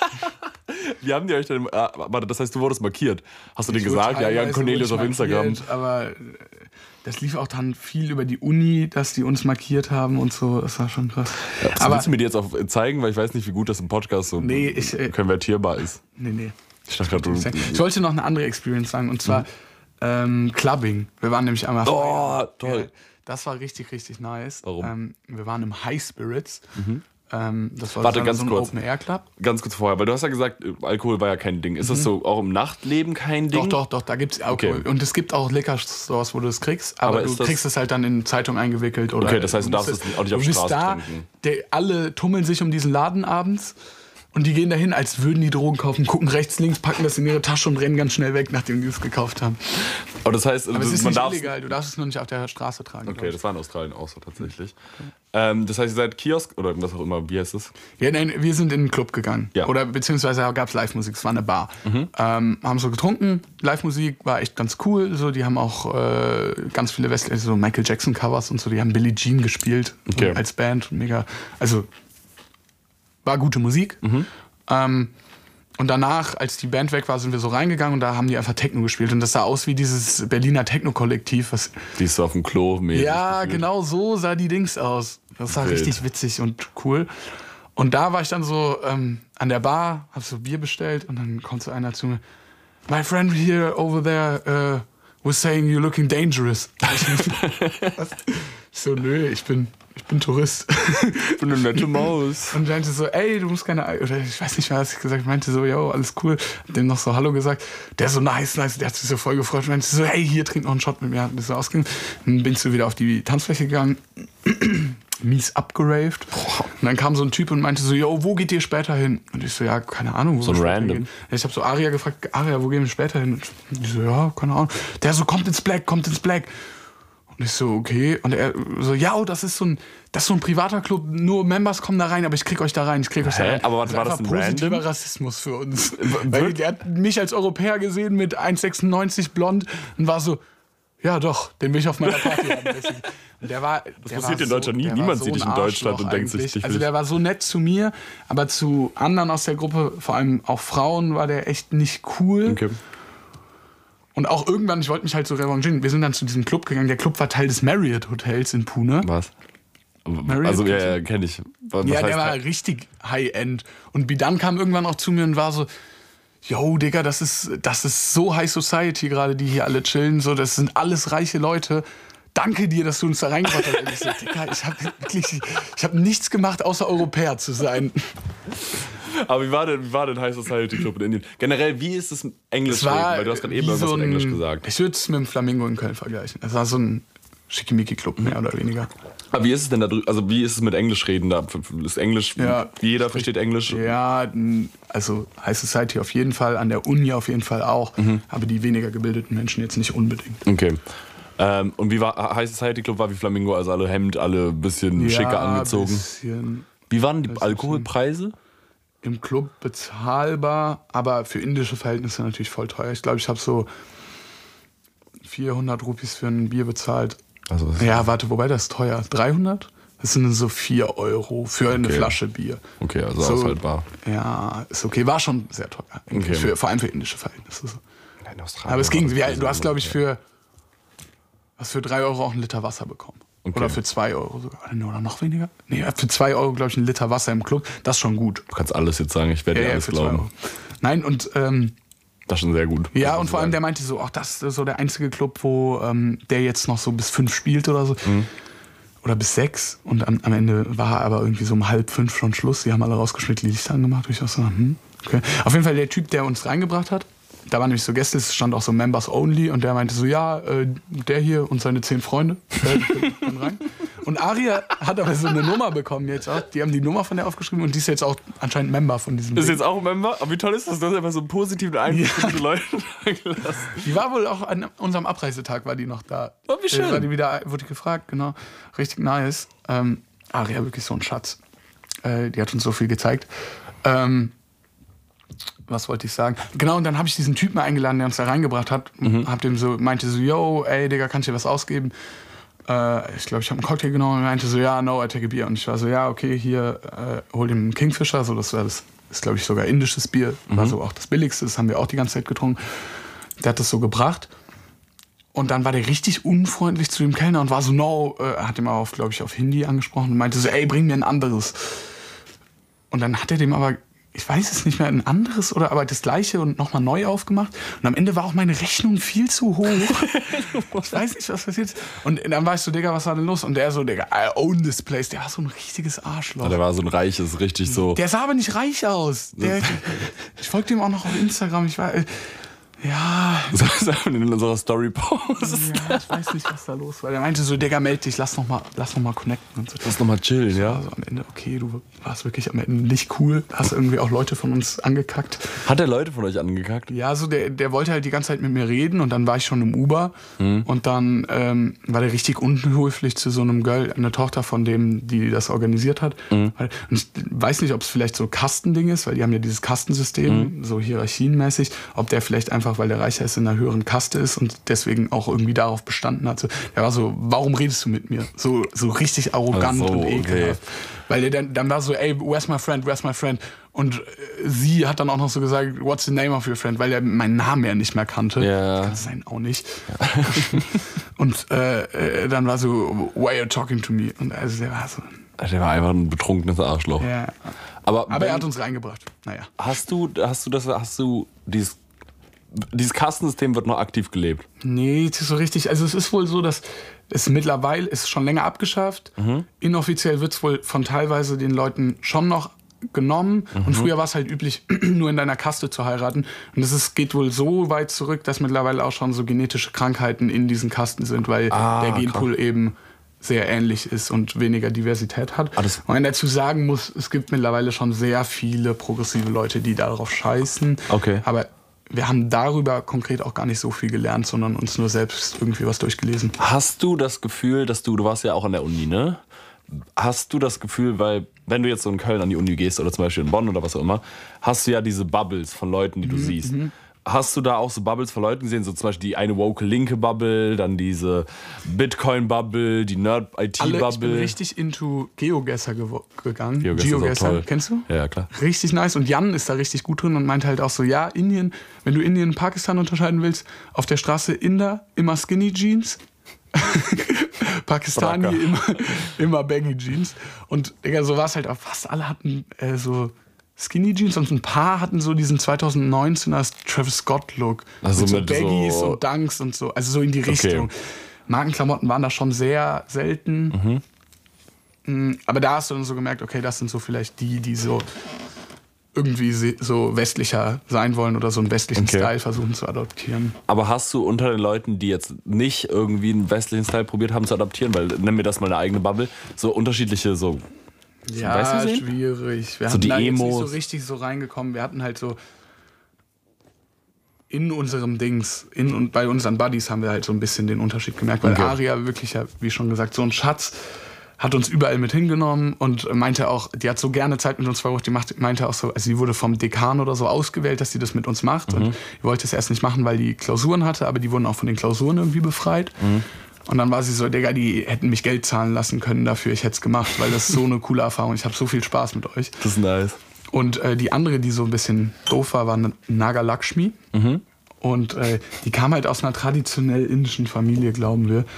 wie haben die euch denn... Warte, das heißt, du wurdest markiert. Hast du denen gesagt? Ja, Jan Cornelius auf Instagram. Aber das lief auch dann viel über die Uni, dass die uns markiert haben und so. Das war schon krass. Ja, aber willst du mir die jetzt auch zeigen? Weil ich weiß nicht, wie gut das im Podcast so konvertierbar ist. Nee. Ich dachte gerade, ich wollte noch eine andere Experience sagen. Und zwar Clubbing. Wir waren nämlich einmal... Oh, toll. Ja, das war richtig, richtig nice. Warum? Wir waren im High Spirits. Das war Warte, ganz so ein kurz. Open-Air-Club. Ganz kurz vorher, weil du hast ja gesagt, Alkohol war ja kein Ding. Ist das so auch im Nachtleben kein Ding? Doch, da gibt es Alkohol. Okay. Und es gibt auch Liquor-Stores, wo du es kriegst, aber du kriegst es halt dann in Zeitung eingewickelt. Oder okay, das heißt, du darfst es auch nicht auf Straße trinken. Alle tummeln sich um diesen Laden abends und die gehen dahin, als würden die Drogen kaufen, gucken rechts, links, packen das in ihre Tasche und rennen ganz schnell weg, nachdem die es gekauft haben. Aber das heißt, aber es ist nicht illegal, du darfst es nur nicht auf der Straße tragen. Okay, das war in Australien auch so tatsächlich. Okay. Das heißt, ihr seid Kiosk oder was auch immer, wie heißt das? Ja, nein, wir sind in einen Club gegangen. Ja. Oder beziehungsweise gab es Live-Musik, es war eine Bar. Haben so getrunken, Live-Musik war echt ganz cool. So, die haben auch ganz viele westliche, so Michael Jackson-Covers und so, die haben Billie Jean gespielt als Band. Mega, also war gute Musik. Und danach, als die Band weg war, sind wir so reingegangen und da haben die einfach Techno gespielt. Und das sah aus wie dieses Berliner Techno-Kollektiv. Die ist so auf dem Klo mäßig. Ja, genau so sah die Dings aus. Das war richtig witzig und cool. Und da war ich dann so an der Bar, hab so Bier bestellt und dann kommt so einer zu mir. My friend here over there was saying you're looking dangerous. So, nö, ich bin Tourist. Ich bin eine nette Maus. Und meinte so, ey, du musst keine... Oder ich weiß nicht, was ich gesagt habe. Ich meinte so, yo, alles cool. Hab dem noch so Hallo gesagt. Der so, nice. Der hat sich so voll gefreut. Ich meinte so, hey, hier, trink noch einen Shot mit mir. Hat ein bisschen ausgegangen. Dann bin ich so wieder auf die Tanzfläche gegangen. mies abgeraved. Und dann kam so ein Typ und meinte so, yo, wo geht ihr später hin? Und ich so, ja, keine Ahnung, wo so wir später random. gehen. Ich habe so Aria gefragt, Aria, wo gehen wir später hin? Und ich so, ja, keine Ahnung. Der so, kommt ins Black. Und ich so, okay. Und er so, ja, das ist so ein privater Club, nur Members kommen da rein, aber ich krieg euch da rein. Aber was war das denn positiver random? Rassismus für uns. Weil der hat mich als Europäer gesehen mit 1,96 blond und war so, ja doch, den will ich auf meiner Party haben. Und das passiert in Deutschland nie. Niemand sieht dich in Deutschland und denkt sich, also der war so nett zu mir, aber zu anderen aus der Gruppe, vor allem auch Frauen, war der echt nicht cool. Okay. Und auch irgendwann, ich wollte mich halt so revanchieren. Wir sind dann zu diesem Club gegangen. Der Club war Teil des Marriott Hotels in Pune. Was? Marriott Also ja, kenne ich. Was ja, heißt der war richtig High-End. Und Bidan kam irgendwann auch zu mir und war so, yo, Digga, das ist so High Society gerade, die hier alle chillen. So, das sind alles reiche Leute. Danke dir, dass du uns da reingebracht hast. Und ich so, Digga, ich hab nichts gemacht, außer Europäer zu sein. Aber wie war denn High Society Club in Indien? Generell, wie ist es Englisch reden? Weil du hast gerade eben irgendwas in Englisch gesagt. Ich würde es mit dem Flamingo in Köln vergleichen. Es war so ein Schickimicki-Club, mehr oder weniger. Aber wie ist es denn da drüben? Also wie ist es mit Englisch reden da? Ist Englisch, jeder versteht Englisch? Ja, also High Society auf jeden Fall, an der Uni auf jeden Fall auch, aber die weniger gebildeten Menschen jetzt nicht unbedingt. Okay. Und wie war High Society Club war wie Flamingo, also alle Hemd, alle ein bisschen schicker angezogen. Wie waren die Alkoholpreise? Im Club bezahlbar, aber für indische Verhältnisse natürlich voll teuer. Ich glaube, ich habe so 400 Rupees für ein Bier bezahlt. Also ja, warte, wobei das ist teuer. 300? Das sind so 4 Euro für eine Flasche Bier. Okay, also so, aushaltbar. Ja, ist okay. War schon sehr teuer. Okay. Vor allem für indische Verhältnisse. In Australien aber es ging. Du hast, glaube ich, für 3 Euro auch einen Liter Wasser bekommen. Okay. Oder für 2 Euro sogar. Oder noch weniger? Nee, für 2 Euro, glaube ich, einen Liter Wasser im Club. Das ist schon gut. Du kannst alles jetzt sagen, ich werde dir alles glauben. Nein, und das ist schon sehr gut. Ja, und vor allem der meinte so, ach, das ist so der einzige Club, wo der jetzt noch so bis 5 spielt oder so. Oder bis 6. Und am Ende war aber irgendwie so um 4:30 schon Schluss. Die haben alle rausgeschnitten, die Lichter angemacht. Und ich auch so, okay. Auf jeden Fall der Typ, der uns reingebracht hat, da waren nämlich so Gäste, es stand auch so Members Only und der meinte so, ja, der hier und seine 10 Freunde können rein. Und Aria hat aber so eine Nummer bekommen jetzt auch. Die haben die Nummer von der aufgeschrieben und die ist jetzt auch anscheinend Member von diesem Ist jetzt auch Member? Aber wie toll ist das? Du hast einfach so einen positiven Einfluss auf die Leute gelassen. Die war wohl auch an unserem Abreisetag, war die noch da. Oh, wie schön. Wurde gefragt, genau. Richtig nice. Aria, wirklich so ein Schatz. Die hat uns so viel gezeigt. Was wollte ich sagen? Genau, und dann habe ich diesen Typen eingeladen, der uns da reingebracht hat. Hab dem so, meinte so, yo, ey, Digga, kannst du dir was ausgeben? Ich glaube, ich habe einen Cocktail genommen und meinte so, ja, no, I take a beer. Und ich war so, ja, okay, hier, hol ihm einen Kingfisher. So, das ist, glaube ich, sogar indisches Bier. War so auch das billigste, das haben wir auch die ganze Zeit getrunken. Der hat das so gebracht. Und dann war der richtig unfreundlich zu dem Kellner und war so, no, hat ihm auch, glaube ich, auf Hindi angesprochen und meinte so, ey, bring mir ein anderes. Und dann hat er dem aber, ich weiß es nicht mehr, ein anderes oder aber das gleiche und nochmal neu aufgemacht. Und am Ende war auch meine Rechnung viel zu hoch. Ich weiß nicht, was passiert ist. Und dann weißt du, Digga, was war denn los? Und der so, Digga, I own this place. Der war so ein richtiges Arschloch. Ja, der war so ein reiches, richtig so. Der sah aber nicht reich aus. Ich folgte ihm auch noch auf Instagram. Ich war... Ja. In unserer Story-Pause. Ja, ich weiß nicht, was da los war. Der meinte so, Digga, meld dich, lass noch mal connecten und so. Lass noch mal chillen, ja? Also am Ende, okay, du warst wirklich am Ende nicht cool. Hast irgendwie auch Leute von uns angekackt. Hat der Leute von euch angekackt? Ja, so der wollte halt die ganze Zeit mit mir reden und dann war ich schon im Uber. Und dann war der richtig unhöflich zu so einem Girl, eine Tochter von dem, die das organisiert hat. Und ich weiß nicht, ob es vielleicht so Kastending ist, weil die haben ja dieses Kastensystem, so hierarchienmäßig, ob der vielleicht einfach, weil der reicher ist, in einer höheren Kaste ist und deswegen auch irgendwie darauf bestanden hat. So, der war so, warum redest du mit mir? So richtig arrogant und ekelhaft. Okay. Weil der dann war so, ey, where's my friend? Und sie hat dann auch noch so gesagt, what's the name of your friend? Weil er meinen Namen ja nicht mehr kannte. Ja. Kann sein, auch nicht. Ja. Und dann war so, why are you talking to me? Und also der war so... Der war einfach ein betrunkenes Arschloch. Ja. Aber er hat uns reingebracht. Naja. Hast du dieses Kastensystem wird noch aktiv gelebt? Nee, das ist so richtig. Also es ist wohl so, dass es mittlerweile ist schon länger abgeschafft. Inoffiziell wird es wohl von teilweise den Leuten schon noch genommen. Und früher war es halt üblich, nur in deiner Kaste zu heiraten. Und das geht wohl so weit zurück, dass mittlerweile auch schon so genetische Krankheiten in diesen Kasten sind, weil der Genpool eben sehr ähnlich ist und weniger Diversität hat. Und man dazu sagen muss, es gibt mittlerweile schon sehr viele progressive Leute, die darauf scheißen. Okay. Aber wir haben darüber konkret auch gar nicht so viel gelernt, sondern uns nur selbst irgendwie was durchgelesen. Hast du das Gefühl, dass du warst ja auch an der Uni, ne? Hast du das Gefühl, weil wenn du jetzt so in Köln an die Uni gehst oder zum Beispiel in Bonn oder was auch immer, hast du ja diese Bubbles von Leuten, die du siehst. Hast du da auch so Bubbles von Leuten gesehen, so zum Beispiel die eine woke linke Bubble, dann diese Bitcoin-Bubble, die Nerd-IT-Bubble? Ich bin richtig into GeoGuessr gegangen. GeoGuessr, kennst du? Ja, klar. Richtig nice. Und Jan ist da richtig gut drin und meinte halt auch so, ja, Indien, wenn du Indien und Pakistan unterscheiden willst, auf der Straße Inder immer Skinny Jeans, Pakistani immer Baggy Jeans. Und Digga, so war es halt auch. Fast alle hatten so Skinny Jeans und ein paar hatten so diesen 2019er Travis Scott-Look. Also mit so mit Baggies so und Dunks und so. Also so in die Richtung. Okay. Markenklamotten waren da schon sehr selten. Aber da hast du dann so gemerkt, okay, das sind so vielleicht die so irgendwie so westlicher sein wollen oder so einen westlichen Style versuchen zu adoptieren. Aber hast du unter den Leuten, die jetzt nicht irgendwie einen westlichen Style probiert haben zu adaptieren, weil nennen wir das mal eine eigene Bubble, so unterschiedliche so ja, schwierig. Wir so hatten die da jetzt Emos. nicht so richtig so reingekommen. Wir hatten halt so in unserem Dings, und bei unseren Buddies haben wir halt so ein bisschen den Unterschied gemerkt, weil Aria wirklich, ja, wie schon gesagt, so ein Schatz, hat uns überall mit hingenommen und meinte auch, die hat so gerne Zeit mit uns verbracht, die meinte auch so, also sie wurde vom Dekan oder so ausgewählt, dass sie das mit uns macht und die wollte es erst nicht machen, weil die Klausuren hatte, aber die wurden auch von den Klausuren irgendwie befreit. Und dann war sie so, Digga, die hätten mich Geld zahlen lassen können dafür, ich hätte es gemacht, weil das ist so eine coole Erfahrung. Ich habe so viel Spaß mit euch. Das ist nice. Und die andere, die so ein bisschen doof war Naga Lakshmi. Und die kam halt aus einer traditionell indischen Familie, glauben wir.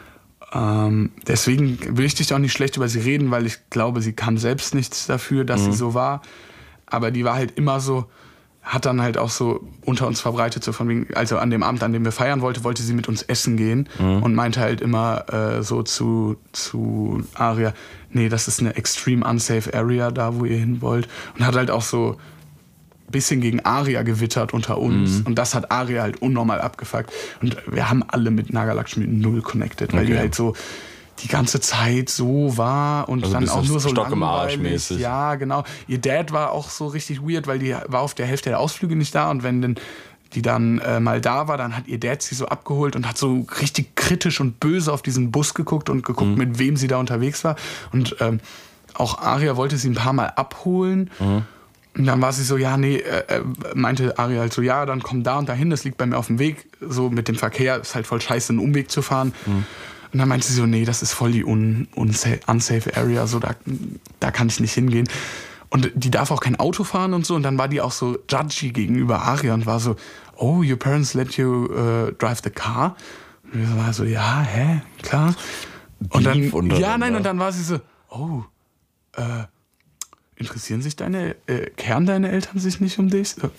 Deswegen will ich dich auch nicht schlecht über sie reden, weil ich glaube, sie kann selbst nichts dafür, dass sie so war. Aber die war halt immer so, hat dann halt auch so unter uns verbreitet, so von wegen, also an dem Abend, an dem wir feiern wollte sie mit uns essen gehen und meinte halt immer so zu Aria, nee, das ist eine extreme unsafe area da, wo ihr hin wollt. Und hat halt auch so ein bisschen gegen Aria gewittert unter uns. Und das hat Aria halt unnormal abgefuckt. Und wir haben alle mit Naga Lakshmi null connected, weil die halt so die ganze Zeit so war und also dann auch nur so Stock im langweilig. Arsch mäßig. Ja, genau. Ihr Dad war auch so richtig weird, weil die war auf der Hälfte der Ausflüge nicht da und wenn denn die dann mal da war, dann hat ihr Dad sie so abgeholt und hat so richtig kritisch und böse auf diesen Bus geguckt und geguckt, mit wem sie da unterwegs war. Und auch Aria wollte sie ein paar Mal abholen. Und dann war sie so, ja, nee, meinte Aria halt so, ja, dann komm da und dahin, das liegt bei mir auf dem Weg. So mit dem Verkehr ist halt voll scheiße, einen Umweg zu fahren. Und dann meinte sie so, nee, das ist voll die unsafe area, so da kann ich nicht hingehen. Und die darf auch kein Auto fahren und so. Und dann war die auch so judgy gegenüber Aria und war so, oh, your parents let you drive the car? Und ich war so, ja, hä, klar. Und dann, und dann war sie so, oh, interessieren sich kehren deine Eltern sich nicht um dich? So,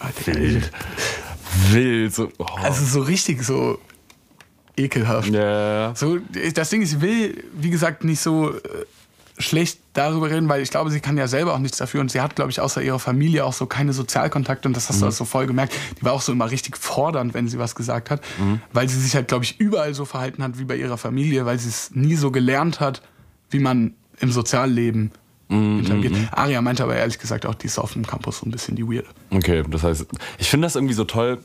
Wild. So, oh. Also so richtig so ekelhaft. Yeah. So, das Ding ist, ich will, wie gesagt, nicht so schlecht darüber reden, weil ich glaube, sie kann ja selber auch nichts dafür und sie hat, glaube ich, außer ihrer Familie auch so keine Sozialkontakte und das hast du also voll gemerkt. Die war auch so immer richtig fordernd, wenn sie was gesagt hat, weil sie sich halt, glaube ich, überall so verhalten hat wie bei ihrer Familie, weil sie es nie so gelernt hat, wie man im Sozialleben interagiert. Aria meinte aber ehrlich gesagt auch, die ist auf dem Campus so ein bisschen die Weirde. Okay, das heißt, ich finde das irgendwie so toll,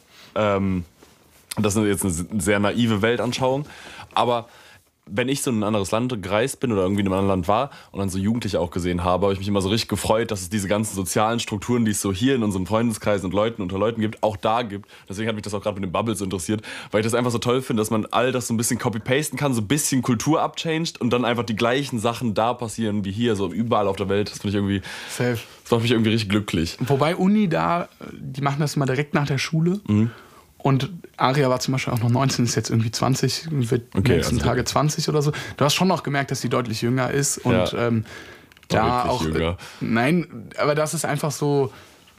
das ist jetzt eine sehr naive Weltanschauung, aber wenn ich so in ein anderes Land gereist bin oder irgendwie in einem anderen Land war und dann so Jugendliche auch gesehen habe ich mich immer so richtig gefreut, dass es diese ganzen sozialen Strukturen, die es so hier in unseren Freundeskreisen und Leuten unter Leuten gibt, auch da gibt. Deswegen hat mich das auch gerade mit den Bubbles so interessiert, weil ich das einfach so toll finde, dass man all das so ein bisschen copy-pasten kann, so ein bisschen Kultur abchanged und dann einfach die gleichen Sachen da passieren wie hier, so überall auf der Welt. Das finde ich irgendwie, das macht mich irgendwie richtig glücklich. Wobei Uni die machen das immer direkt nach der Schule. Und Aria war zum Beispiel auch noch 19, ist jetzt irgendwie 20, wird nächsten Tage 20 oder so. Du hast schon noch gemerkt, dass sie deutlich jünger ist. Und da auch. Jünger. Nein, aber das ist einfach so.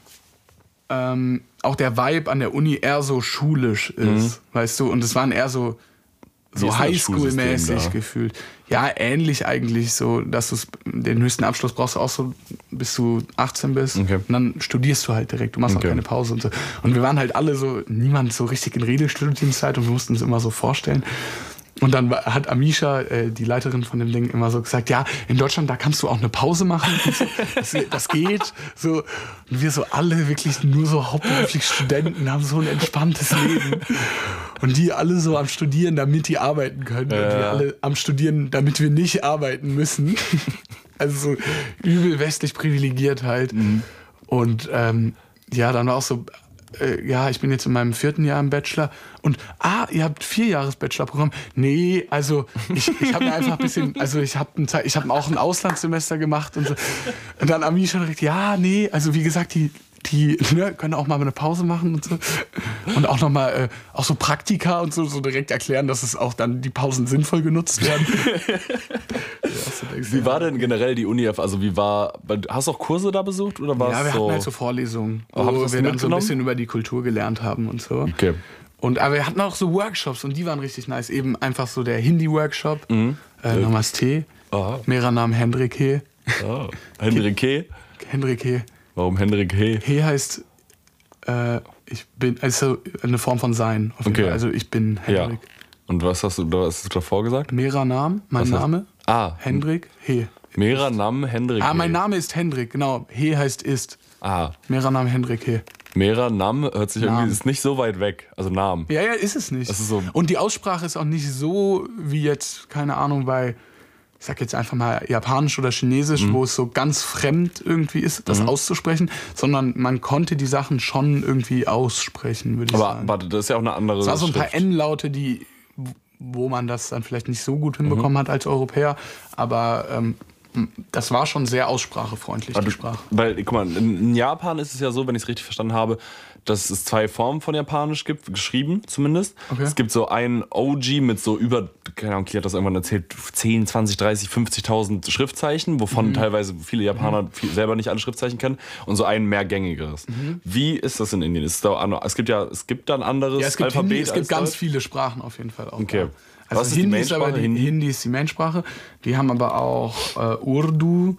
Auch der Vibe an der Uni eher so schulisch ist, weißt du? Und es waren eher so Highschool-mäßig gefühlt. Ja, ähnlich eigentlich so, dass du den höchsten Abschluss brauchst du auch so, bis du 18 bist. Okay. Und dann studierst du halt direkt, du machst auch keine Pause und so. Und wir waren halt alle so, niemand so richtig in Regelstudienzeit und wir mussten uns immer so vorstellen. Und dann hat Amisha, die Leiterin von dem Ding, immer so gesagt, ja, in Deutschland, da kannst du auch eine Pause machen. So, das geht. So. Und wir so alle wirklich nur so hauptberuflich Studenten, haben so ein entspanntes Leben. Und die alle so am Studieren, damit die arbeiten können. Und wir alle am Studieren, damit wir nicht arbeiten müssen. Also so übel westlich privilegiert halt. Und ja, dann war auch so... ja, ich bin jetzt in meinem 4. Jahr im Bachelor und ihr habt 4 Jahres Bachelorprogramm. Nee, also ich habe mir einfach ein bisschen, also ich habe auch ein Auslandssemester gemacht und so. Und dann Amisha direkt, ja, nee, also wie gesagt, die können auch mal eine Pause machen und so. Und auch nochmal, auch so Praktika und so direkt erklären, dass es auch dann die Pausen sinnvoll genutzt werden. Wie war denn generell die Uni? Also hast du auch Kurse da besucht oder war ja, wir so? hatten halt so Vorlesungen, wo wir wir dann so ein bisschen über die Kultur gelernt haben und so. Okay. Aber wir hatten auch so Workshops und die waren richtig nice. Eben einfach so der Hindi-Workshop, Namaste, Mera Naam Hendrik He. Hendrik He? Hendrik He. Warum Hendrik He? He heißt, ich bin, also eine Form von Sein. Auf jeden Fall. Also ich bin Hendrik. Ja. Und was hast du davor gesagt? Mera Naam, mein Name. Hendrik He. Mera Naam Hendrik He. Mein Name ist Hendrik, genau. He heißt ist. Mera Naam Hendrik He. Mera Naam hört sich irgendwie, ist nicht so weit weg. Also Namen. Ja, ist es nicht. Das ist so. Und die Aussprache ist auch nicht so wie jetzt, keine Ahnung, bei, ich sag jetzt einfach mal Japanisch oder Chinesisch, wo es so ganz fremd irgendwie ist, das auszusprechen, sondern man konnte die Sachen schon irgendwie aussprechen, würde ich sagen. Aber warte, das ist ja auch eine andere Es war so ein Schrift. paar N-Laute, wo man das dann vielleicht nicht so gut hinbekommen hat als Europäer, aber das war schon sehr aussprachefreundlich, die Sprache. Weil, guck mal, in Japan ist es ja so, wenn ich es richtig verstanden habe, dass es 2 Formen von Japanisch gibt, geschrieben zumindest. Okay. Es gibt so einen OG mit so über, keine Ahnung, Ki hat das irgendwann erzählt, 10, 20, 30, 50.000 Schriftzeichen, wovon teilweise viele Japaner selber nicht alle Schriftzeichen kennen, und so ein mehrgängigeres. Wie ist das in Indien? Es gibt da ein anderes Es gibt Alphabet. Hindi, es gibt ganz Deutsch? viele Sprachen auf jeden Fall auch. Okay. Also Was ist die Hindi ist Mainsprache? aber Hindi ist die Mainsprache. Die haben aber auch Urdu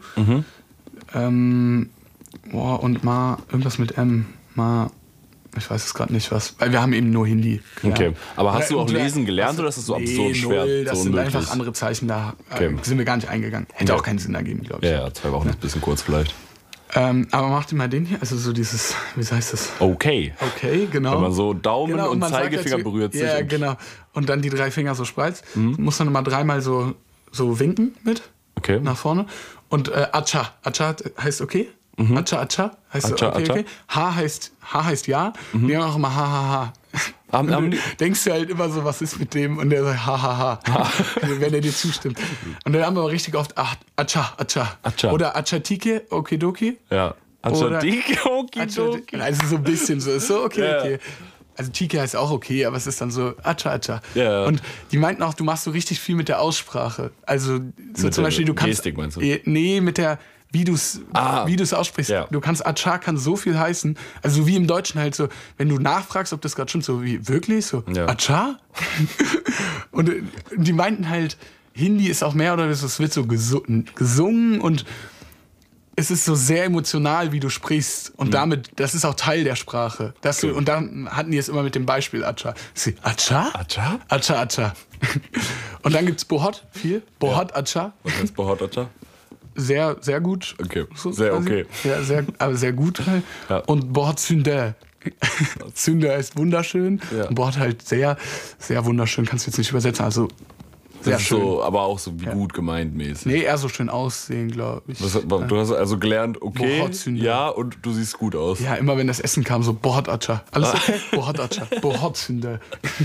und irgendwas mit M. Ich weiß es gerade nicht was. Weil wir haben eben nur Hindi gelernt. Okay. Aber hast du auch lesen gelernt oder ist das so absurd schwer? Das so sind unmöglich? einfach andere Zeichen, da sind wir gar nicht eingegangen. Hätte auch keinen Sinn ergeben, glaube ich. Ja, 2 Wochen ist ein bisschen kurz vielleicht. Aber mach dir mal den hier, also so dieses, wie heißt das? Okay. Okay, genau. Wenn man so Daumen und man sagt Zeigefinger dazu, berührt sich. Ja, und genau. Und dann die 3 Finger so spreizt. Muss dann immer 3-mal so winken mit Okay. nach vorne. Und Acha. Acha heißt okay. Acha, Acha heißt Acha, okay, Acha. okay. H heißt ja. Die haben auch immer ha, ha, ha. Haben Du denkst dir halt immer so, was ist mit dem? Und der sagt ha, ha, ha. Wenn er dir zustimmt. Und dann haben wir aber richtig oft Acha, Acha. Acha. Oder Achatike, Okidoki. Ja. Oder- Okidoki. Also so ein bisschen so. Ist so okay, Ja. okay. Also Tike heißt auch okay, aber es ist dann so Acha, Acha. Ja. Und die meinten auch, du machst so richtig viel mit der Aussprache. Also so Mit zum der Beispiel, du kannst... Gestik meinst du? Nee, mit der... Wie du es aussprichst. Ja. Du kannst Acha kann so viel heißen. Also wie im Deutschen halt so, wenn du nachfragst, ob das gerade stimmt, so wie wirklich so Ja. Acha? Und die meinten halt, Hindi ist auch mehr oder weniger, es wird so gesungen und es ist so sehr emotional, wie du sprichst. Und damit, das ist auch Teil der Sprache. Und dann hatten die es immer mit dem Beispiel Acha. Acha? Acha? Acha, Acha. Und dann gibt's Bohot, viel. Bohot, Acha. Was heißt Bohot, Acha? Sehr, sehr gut. Okay, So sehr quasi. okay. Ja, aber sehr gut. Halt. Ja. Und Bohot Sünder. Sünder ist wunderschön. Ja. Und Bohot halt sehr, sehr wunderschön. Kannst du jetzt nicht übersetzen. Also sehr Das ist schön. so, aber auch so wie gut gemeint mäßig. Nee, eher so schön aussehen, glaube ich. Du hast also gelernt, okay, Bohot Sünder. ja, und du siehst gut aus. Ja, immer wenn das Essen kam, so Bohot Acha. Alles okay? Bohot Acha. Bohot Sünder.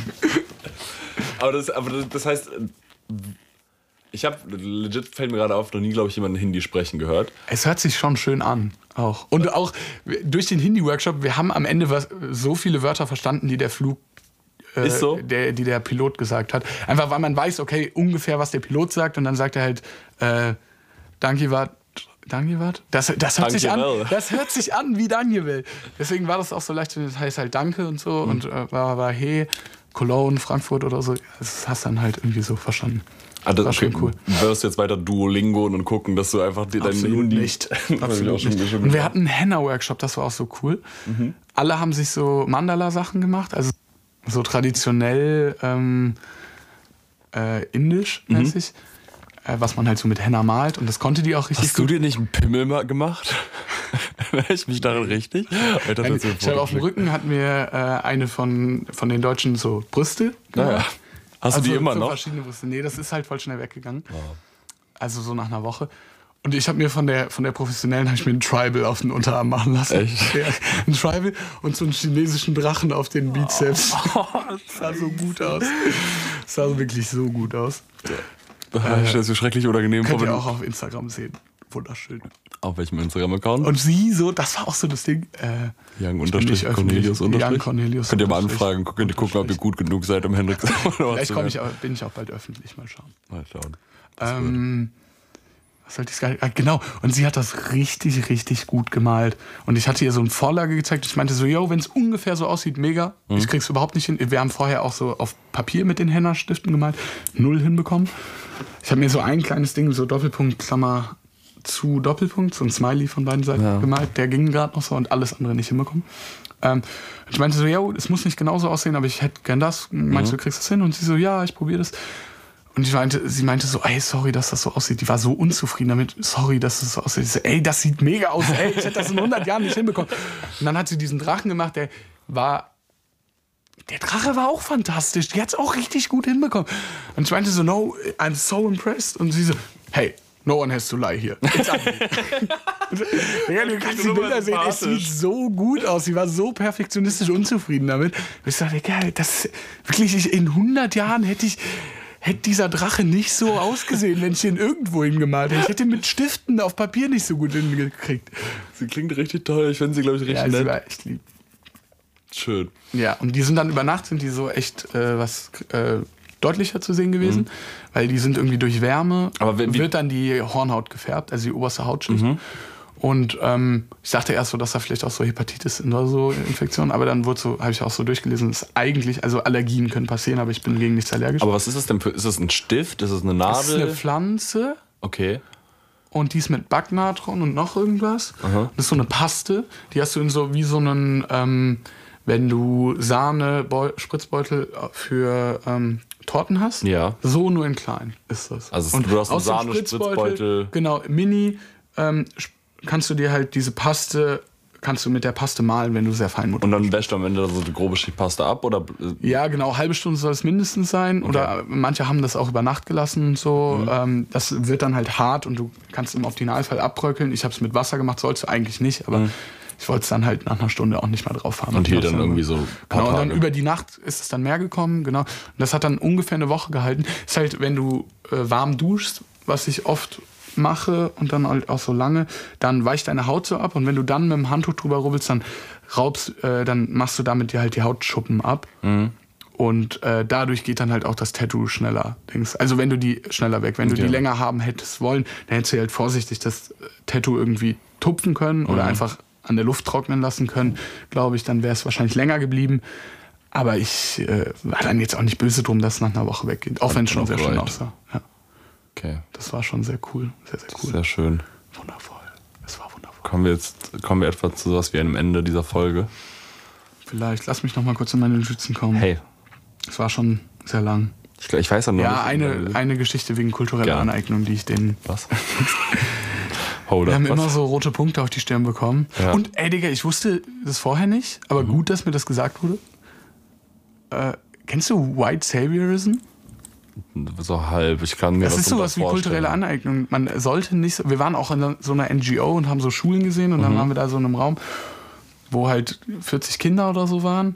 Aber das heißt, ich habe legit, fällt mir gerade auf, noch nie, glaube ich, jemanden Hindi sprechen gehört. Es hört sich schon schön an. Auch. Und auch durch den Hindi-Workshop, wir haben am Ende so viele Wörter verstanden, die der Ist so? die der Pilot gesagt hat. Einfach weil man weiß, okay, ungefähr, was der Pilot sagt. Und dann sagt er halt, Dankivat. Dankivat? Das hört sich an. Dankjewel. Das hört sich an wie Dankjewel. Deswegen war das auch so leicht. Das heißt halt Danke und so. Und war hey, Cologne, Frankfurt oder so. Das hast du dann halt irgendwie so verstanden. Das war schon cool. Wirst jetzt weiter Duolingo und gucken, dass du einfach deinen Absolut Hindi nicht. Absolut nicht. Und wir hatten einen Henna-Workshop, das war auch so cool. Alle haben sich so Mandala-Sachen gemacht, also so traditionell indisch-mäßig, was man halt so mit Henna malt. Und das konnte die auch richtig Hast du dir nicht einen Pimmel mal gemacht? Erinnere ich mich daran richtig? Ich habe auf dem Rücken hatten wir eine von den Deutschen so Brüste. Naja. Hast du die immer so noch? Verschiedene Brüste. Nee, das ist halt voll schnell weggegangen. Also so nach einer Woche. Und ich habe mir von der professionellen einen Tribal auf den Unterarm machen lassen. Echt? Ja, ein Tribal und so einen chinesischen Drachen auf den Bizeps. Das sah so gut aus. Das sah wirklich so gut aus. Ich stelle es mir schrecklich unangenehm vor. Könnt ihr auch auf Instagram sehen. Wunderschön. Auf welchem Instagram-Account? Und sie so, das war auch so das Ding. Young_Cornelius. Young Cornelius. Könnt ihr mal anfragen, könnt ihr gucken, ob ihr gut genug seid, um Hendrik Vielleicht bin ich auch bald öffentlich, mal schauen. Mal schauen. Was sollte ich sagen? Genau, und sie hat das richtig, richtig gut gemalt. Und ich hatte ihr so eine Vorlage gezeigt. Ich meinte so, yo, wenn es ungefähr so aussieht, mega. Ich krieg's überhaupt nicht hin. Wir haben vorher auch so auf Papier mit den Henna-Stiften gemalt. 0 hinbekommen. Ich habe mir so ein kleines Ding, so Doppelpunkt, Klammer zu Doppelpunkt, so ein Smiley von beiden Seiten gemalt. Der ging gerade noch so und alles andere nicht hinbekommen. Ich meinte so, yo, es muss nicht genauso aussehen, aber ich hätte gern das. Meinst du, du kriegst das hin? Und sie so, ja, ich probiere das. Und sie meinte so, ey, sorry, dass das so aussieht. Die war so unzufrieden damit. Sorry, dass das so aussieht. Ich so, ey, das sieht mega aus. Ey, ich hätte das in 100 Jahren nicht hinbekommen. Und dann hat sie diesen Drachen gemacht, der Drache war auch fantastisch. Die hat es auch richtig gut hinbekommen. Und ich meinte so, no, I'm so impressed. Und sie so, hey, no one has to lie here. It's ugly. Ja, du kannst die Bilder sehen, es sieht so gut aus. Sie war so perfektionistisch unzufrieden damit. Und ich dachte, geil, das wirklich, in 100 Jahren hätte dieser Drache nicht so ausgesehen, wenn ich ihn irgendwo hingemalt hätte. Ich hätte ihn mit Stiften auf Papier nicht so gut hingekriegt. Sie klingt richtig toll. Ich finde sie, glaube ich, richtig nett. Sie war echt lieb. Schön. Ja, und die sind dann über Nacht so echt deutlicher zu sehen gewesen, weil die sind irgendwie durch Wärme, wird dann die Hornhaut gefärbt, also die oberste Hautschicht. Und ich dachte erst so, dass da vielleicht auch so Hepatitis sind oder so Infektionen, aber dann habe ich auch so durchgelesen, dass eigentlich, also Allergien können passieren, aber ich bin gegen nichts allergisch. Aber was ist das denn? Ist das ein Stift? Ist das eine Nadel? Das ist eine Pflanze. Okay. Und die ist mit Backnatron und noch irgendwas. Aha. Das ist so eine Paste, die hast du in so wie so einen, wenn du Sahne-Spritzbeutel für Torten hast, so nur in klein ist das. Also und du hast einen Sahne-Spritzbeutel. Genau, mini kannst du dir halt diese Paste, kannst du mit der Paste malen, wenn du sehr fein Und dann wäscht am Ende so die grobe Schichtpaste ab? Oder? Ja, genau, halbe Stunde soll es mindestens sein. Okay. Oder manche haben das auch über Nacht gelassen und so. Das wird dann halt hart und du kannst im Optimalfall abbröckeln. Ich habe es mit Wasser gemacht, sollst du eigentlich nicht, aber ich wollte es dann halt nach einer Stunde auch nicht mal drauf haben. Und hier dann irgendwie so Genau, und dann über die Nacht ist es dann mehr gekommen, genau. Und das hat dann ungefähr eine Woche gehalten. Ist halt, wenn du warm duschst, was ich oft mache und dann halt auch so lange, dann weicht deine Haut so ab und wenn du dann mit dem Handtuch drüber rubbelst, dann machst du damit dir halt die Hautschuppen ab. Und dadurch geht dann halt auch das Tattoo schneller. Also wenn du die schneller weg, wenn du die länger haben hättest wollen, dann hättest du halt vorsichtig das Tattoo irgendwie tupfen können oder einfach an der Luft trocknen lassen können, glaube ich, dann wäre es wahrscheinlich länger geblieben. Aber ich war dann jetzt auch nicht böse drum, dass es nach einer Woche weggeht. Auch wenn es schon sehr schön aussah. Ja. Okay. Das war schon sehr cool. Sehr, sehr cool. Sehr schön. Wundervoll. Es war wundervoll. Kommen wir etwa zu sowas wie einem Ende dieser Folge? Vielleicht. Lass mich noch mal kurz in meine Notizen kommen. Hey. Es war schon sehr lang. Ich weiß ja noch nicht. Ja, eine Geschichte wegen kultureller Aneignung, die ich denen... Was? Wir haben immer so rote Punkte auf die Stirn bekommen. Ja. Und ey, Digga, ich wusste das vorher nicht, aber gut, dass mir das gesagt wurde. Kennst du White Saviorism? So halb, ich kann mir das ist sowas wie kulturelle Aneignung. Man sollte nicht, wir waren auch in so einer NGO und haben so Schulen gesehen und dann waren wir da so in einem Raum, wo halt 40 Kinder oder so waren.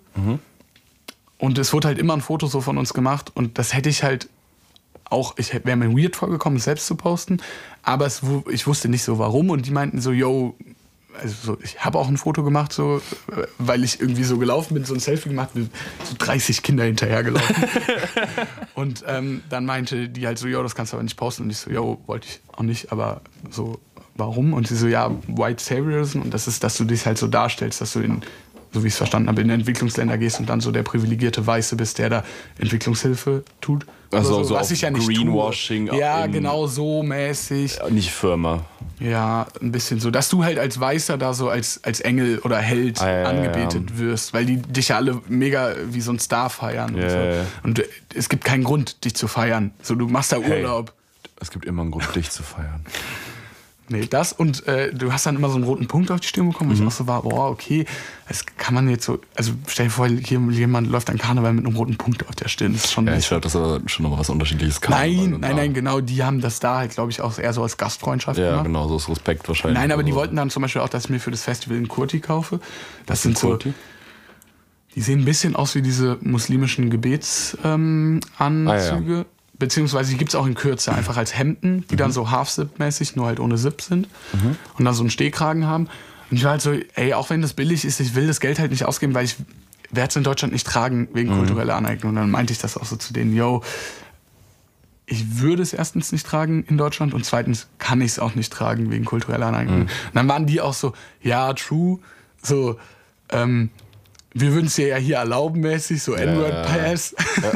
Und es wurde halt immer ein Foto so von uns gemacht und das hätte ich halt auch, ich wäre mir weird vorgekommen, es selbst zu posten, aber ich wusste nicht so warum und die meinten so, yo, also so, ich habe auch ein Foto gemacht, so, weil ich irgendwie so gelaufen bin, so ein Selfie gemacht, mit so 30 Kinder hinterhergelaufen. Und dann meinte die halt so, yo, das kannst du aber nicht posten. Und ich so, yo, wollte ich auch nicht, aber so, warum? Und sie so, ja, White Saviorism. Und das ist, dass du dich halt so darstellst, dass du so wie ich es verstanden habe, in Entwicklungsländer gehst und dann so der privilegierte Weiße bist, der da Entwicklungshilfe tut. Also so, was ich ja nicht Greenwashing. tue. Ja, genau so mäßig. Nicht Firma. Ja, ein bisschen so. Dass du halt als Weißer da so als Engel oder Held angebetet wirst, weil die dich ja alle mega wie so ein Star feiern. Und, so. Und es gibt keinen Grund, dich zu feiern. So, du machst da Urlaub. Es gibt immer einen Grund, dich zu feiern. Nee, das und du hast dann immer so einen roten Punkt auf die Stirn bekommen, wo ich auch so war, boah, okay, das kann man jetzt so, also stell dir vor, hier jemand läuft an Karneval mit einem roten Punkt auf der Stirn. Das ist schon ich glaube, das ist schon nochmal was Unterschiedliches. Nein, genau, die haben das da halt, glaube ich, auch eher so als Gastfreundschaft gemacht. Ja, genau, so ist Respekt wahrscheinlich. Nein, aber die wollten dann zum Beispiel auch, dass ich mir für das Festival einen Kurti kaufe. Das sind so, die sehen ein bisschen aus wie diese muslimischen Gebetsanzüge. Beziehungsweise die gibt es auch in Kürze, einfach als Hemden, die dann so Half-Zip-mäßig, nur halt ohne Zip sind und dann so einen Stehkragen haben. Und ich war halt so, ey, auch wenn das billig ist, ich will das Geld halt nicht ausgeben, weil ich werde es in Deutschland nicht tragen wegen kultureller Aneignung. Und dann meinte ich das auch so zu denen, yo, ich würde es erstens nicht tragen in Deutschland und zweitens kann ich es auch nicht tragen wegen kultureller Aneignung. Und dann waren die auch so, ja, true, so, wir würden es dir ja hier erlauben mäßig, so N-Word-Pass.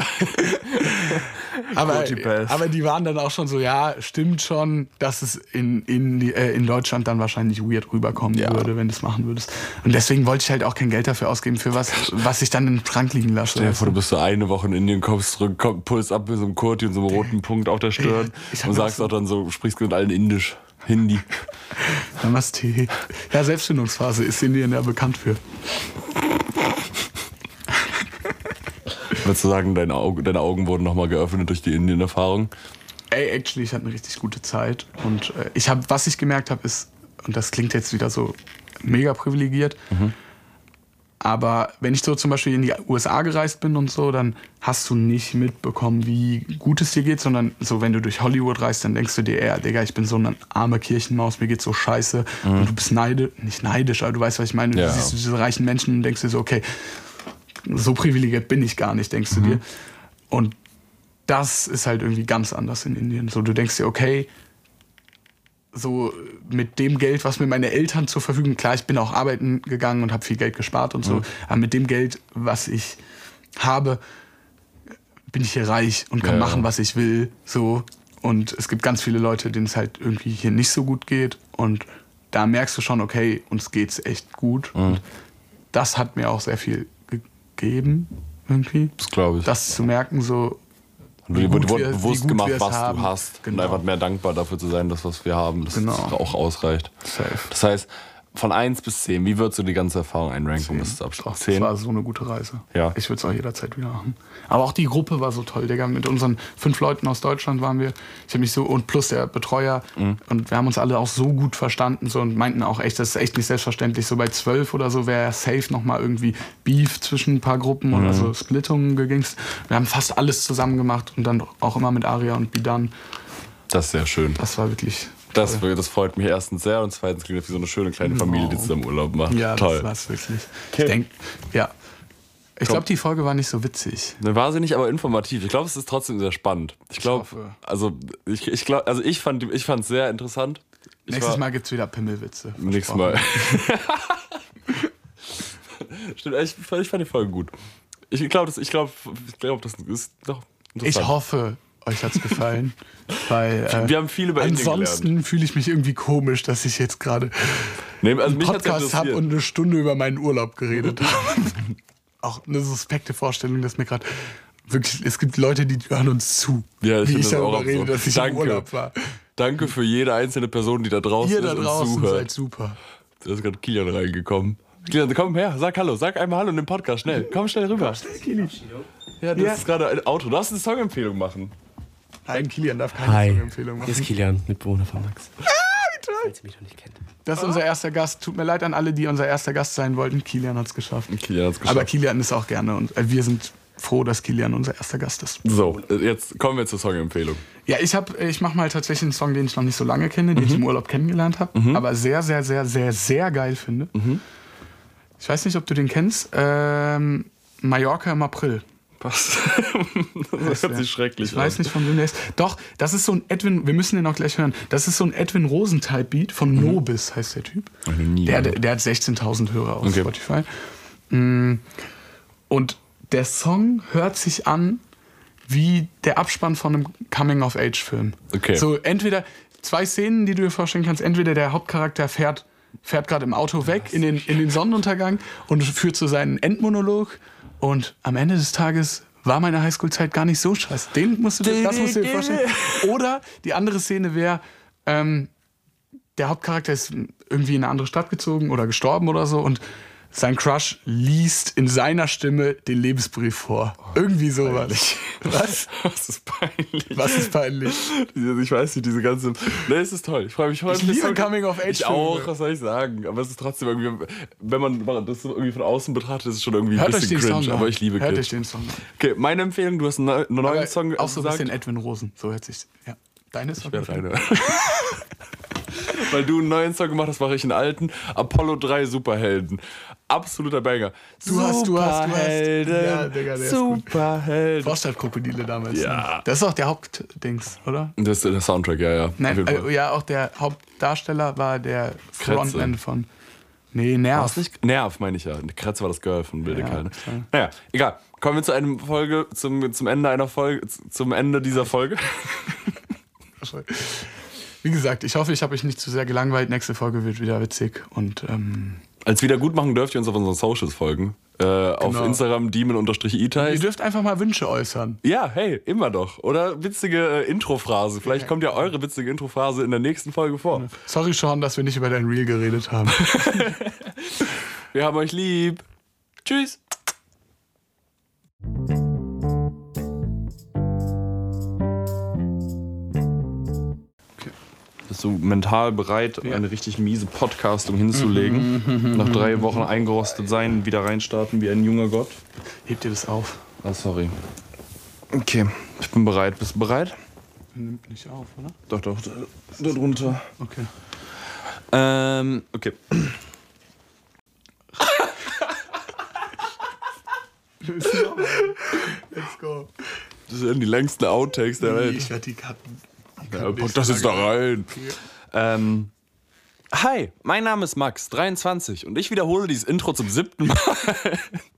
Aber die waren dann auch schon so, ja, stimmt schon, dass es in Deutschland dann wahrscheinlich weird rüberkommen würde, wenn du es machen würdest. Und deswegen wollte ich halt auch kein Geld dafür ausgeben, für was ich dann im Schrank liegen lasse. Stell dir vor, du bist so eine Woche in Indien, kommst zurück, Puls ab mit so einem Kurti und so einem roten Punkt auf der Stirn und sagst auch dann so, sprichst mit allen Indisch, Hindi. Namaste. Ja, Selbstfindungsphase ist Indien ja bekannt für. Würdest du sagen, deine Augen wurden nochmal geöffnet durch die Indien-Erfahrung? Ey, actually, ich hatte eine richtig gute Zeit. Und was ich gemerkt habe, ist, und das klingt jetzt wieder so mega privilegiert, aber wenn ich so zum Beispiel in die USA gereist bin und so, dann hast du nicht mitbekommen, wie gut es dir geht, sondern so, wenn du durch Hollywood reist, dann denkst du dir eher, Digga, ich bin so eine arme Kirchenmaus, mir geht's so scheiße. Und du bist nicht neidisch, aber du weißt, was ich meine. Du siehst diese reichen Menschen und denkst dir so, okay, so privilegiert bin ich gar nicht, denkst du dir. Und das ist halt irgendwie ganz anders in Indien. So, du denkst dir, okay, so mit dem Geld, was mir meine Eltern zur Verfügung, klar, ich bin auch arbeiten gegangen und habe viel Geld gespart und so, aber mit dem Geld, was ich habe, bin ich hier reich und kann machen, was ich will. So. Und es gibt ganz viele Leute, denen es halt irgendwie hier nicht so gut geht. Und da merkst du schon, okay, uns geht's echt gut. Und das hat mir auch sehr viel gegeben, irgendwie. Das glaube ich. Das zu merken, so. Und dir wurde bewusst gemacht, was du hast. Genau. Und einfach mehr dankbar dafür zu sein, dass was wir haben, das auch ausreicht. Safe. Das heißt, von 1 bis 10, wie würdest du die ganze Erfahrung einranken, um es abschließen? 10. Das war so eine gute Reise. Ja. Ich würde es auch jederzeit wieder machen. Aber auch die Gruppe war so toll, Digga. Mit unseren 5 Leuten aus Deutschland waren wir. Ich habe mich so, und plus der Betreuer. Und wir haben uns alle auch so gut verstanden so, und meinten auch echt, das ist echt nicht selbstverständlich. So bei 12 oder so wäre safe nochmal irgendwie Beef zwischen ein paar Gruppen oder so Splittungen gegingst. Wir haben fast alles zusammen gemacht und dann auch immer mit Aria und Bidan. Das ist sehr schön. Das war wirklich... Das freut mich erstens sehr und zweitens klingt das wie so eine schöne kleine Familie, die zusammen Urlaub macht. Ja, toll. Das war's wirklich. Okay. Ich glaube, die Folge war nicht so witzig. Ne, war sie nicht, aber informativ. Ich glaube, es ist trotzdem sehr spannend. Ich fand es sehr interessant. Nächstes Mal gibt's wieder Pimmelwitze. Nächstes Mal. Stimmt, ich fand die Folge gut. Ich glaube, das ist doch interessant. Ich hoffe, euch hat's gefallen. Weil, wir haben viel über Indien gelernt. Ansonsten fühle ich mich irgendwie komisch, dass ich jetzt gerade einen Podcast habe und eine Stunde über meinen Urlaub geredet habe. Auch eine suspekte Vorstellung, dass mir gerade wirklich, es gibt Leute, die hören uns zu. Ja, ich wie ich darüber auch rede, so. dass ich im Urlaub war. Danke für jede einzelne Person, die da draußen ist und zuhört. Seid super. Da ist gerade Kilian reingekommen. Kilian, komm her, sag Hallo, sag einmal Hallo in den Podcast, schnell. Komm schnell rüber. Schnell, ja, das ist gerade ein Auto. Du darfst eine Songempfehlung machen. Nein, Kilian darf keine Songempfehlung machen. Hier ist Kilian, Mitbewohner von Max. Wie toll. Falls ihr mich noch nicht kennt. Das ist unser erster Gast. Tut mir leid an alle, die unser erster Gast sein wollten. Kilian hat es geschafft. Aber Kilian ist auch gerne. Und wir sind froh, dass Kilian unser erster Gast ist. So, jetzt kommen wir zur Songempfehlung. Ja, ich mache mal tatsächlich einen Song, den ich noch nicht so lange kenne, den ich im Urlaub kennengelernt habe, aber sehr, sehr, sehr, sehr, sehr geil finde. Ich weiß nicht, ob du den kennst. Mallorca im April. Was? Das hört sich schrecklich an. Ich weiß nicht, von wem der ist. Doch, das ist so ein Edwin, wir müssen den auch gleich hören. Das ist so ein Edwin Rosenthal-Beat von Nobis, heißt der Typ. Der hat 16.000 Hörer auf Spotify. Und der Song hört sich an wie der Abspann von einem Coming-of-Age-Film. Okay. So entweder 2 Szenen, die du dir vorstellen kannst. Entweder der Hauptcharakter fährt gerade im Auto weg in den Sonnenuntergang und führt so seinen Endmonolog. Und am Ende des Tages war meine Highschool-Zeit gar nicht so scheiße. Das musst du dir vorstellen. Oder die andere Szene wäre, der Hauptcharakter ist irgendwie in eine andere Stadt gezogen oder gestorben oder so und sein Crush liest in seiner Stimme den Lebensbrief vor. Irgendwie sowas. Was? Was ist peinlich? Was ist peinlich? Ich weiß nicht, diese ganze... Nee, es ist toll. Ich freue mich heute. Ich liebe Coming-of-Age-Filme. Ich auch, was soll ich sagen? Aber es ist trotzdem irgendwie... Wenn man das so irgendwie von außen betrachtet, ist es schon irgendwie ein bisschen cringe. Aber ich liebe Hört cringe. euch den Song an. Okay, meine Empfehlung, du hast einen neuen Aber Song auch so ein gesagt. bisschen Edwin Rosen. So hört sich. Ja. Deine Song? Ich werde rein. Weil du einen neuen Song gemacht hast, mache ich einen alten. Apollo 3 Superhelden. Absoluter Banger. Du hast. Superhelden. Ja, Digga, der ist Superhelden. Vorstadtkrokodile damals. Ja. Ne? Das ist auch der Hauptdings, oder? Das ist der Soundtrack, ja. Nein, Auf jeden Fall. ja, auch der Hauptdarsteller war der Kretze. Frontman von. Nee, War Nerv. es nicht? Nerv, meine ich ja. Kretze war das Girl von Wilde Ja, Kerle. klar. Naja, egal. Kommen wir zu einem Folge, zum Ende einer Folge, zum Ende dieser Folge. Wie gesagt, ich hoffe, ich habe euch nicht zu sehr gelangweilt. Nächste Folge wird wieder witzig. Und Als Wiedergutmachen dürft ihr uns auf unseren Socials folgen. Auf Instagram ihr demon_etheiß. dürft einfach mal Wünsche äußern. Ja, hey, immer doch. Oder witzige Intro-Phrase. Vielleicht kommt ja eure witzige Intro-Phrase in der nächsten Folge vor. Sorry, Sean, dass wir nicht über dein Reel geredet haben. Wir haben euch lieb. Tschüss. Bist du mental bereit, eine richtig miese Podcastung hinzulegen? Nach 3 Wochen eingerostet sein, wieder reinstarten wie ein junger Gott? Hebt ihr das auf? Ah, sorry. Okay, ich bin bereit. Bist du bereit? Nimmt nicht auf, oder? Doch, da drunter. Okay. Okay. Let's go. Das sind die längsten Outtakes der Welt. Ich werde die Cutten. Ja, pack das jetzt da rein. Hi, mein Name ist Max, 23 und ich wiederhole dieses Intro zum 7. Mal.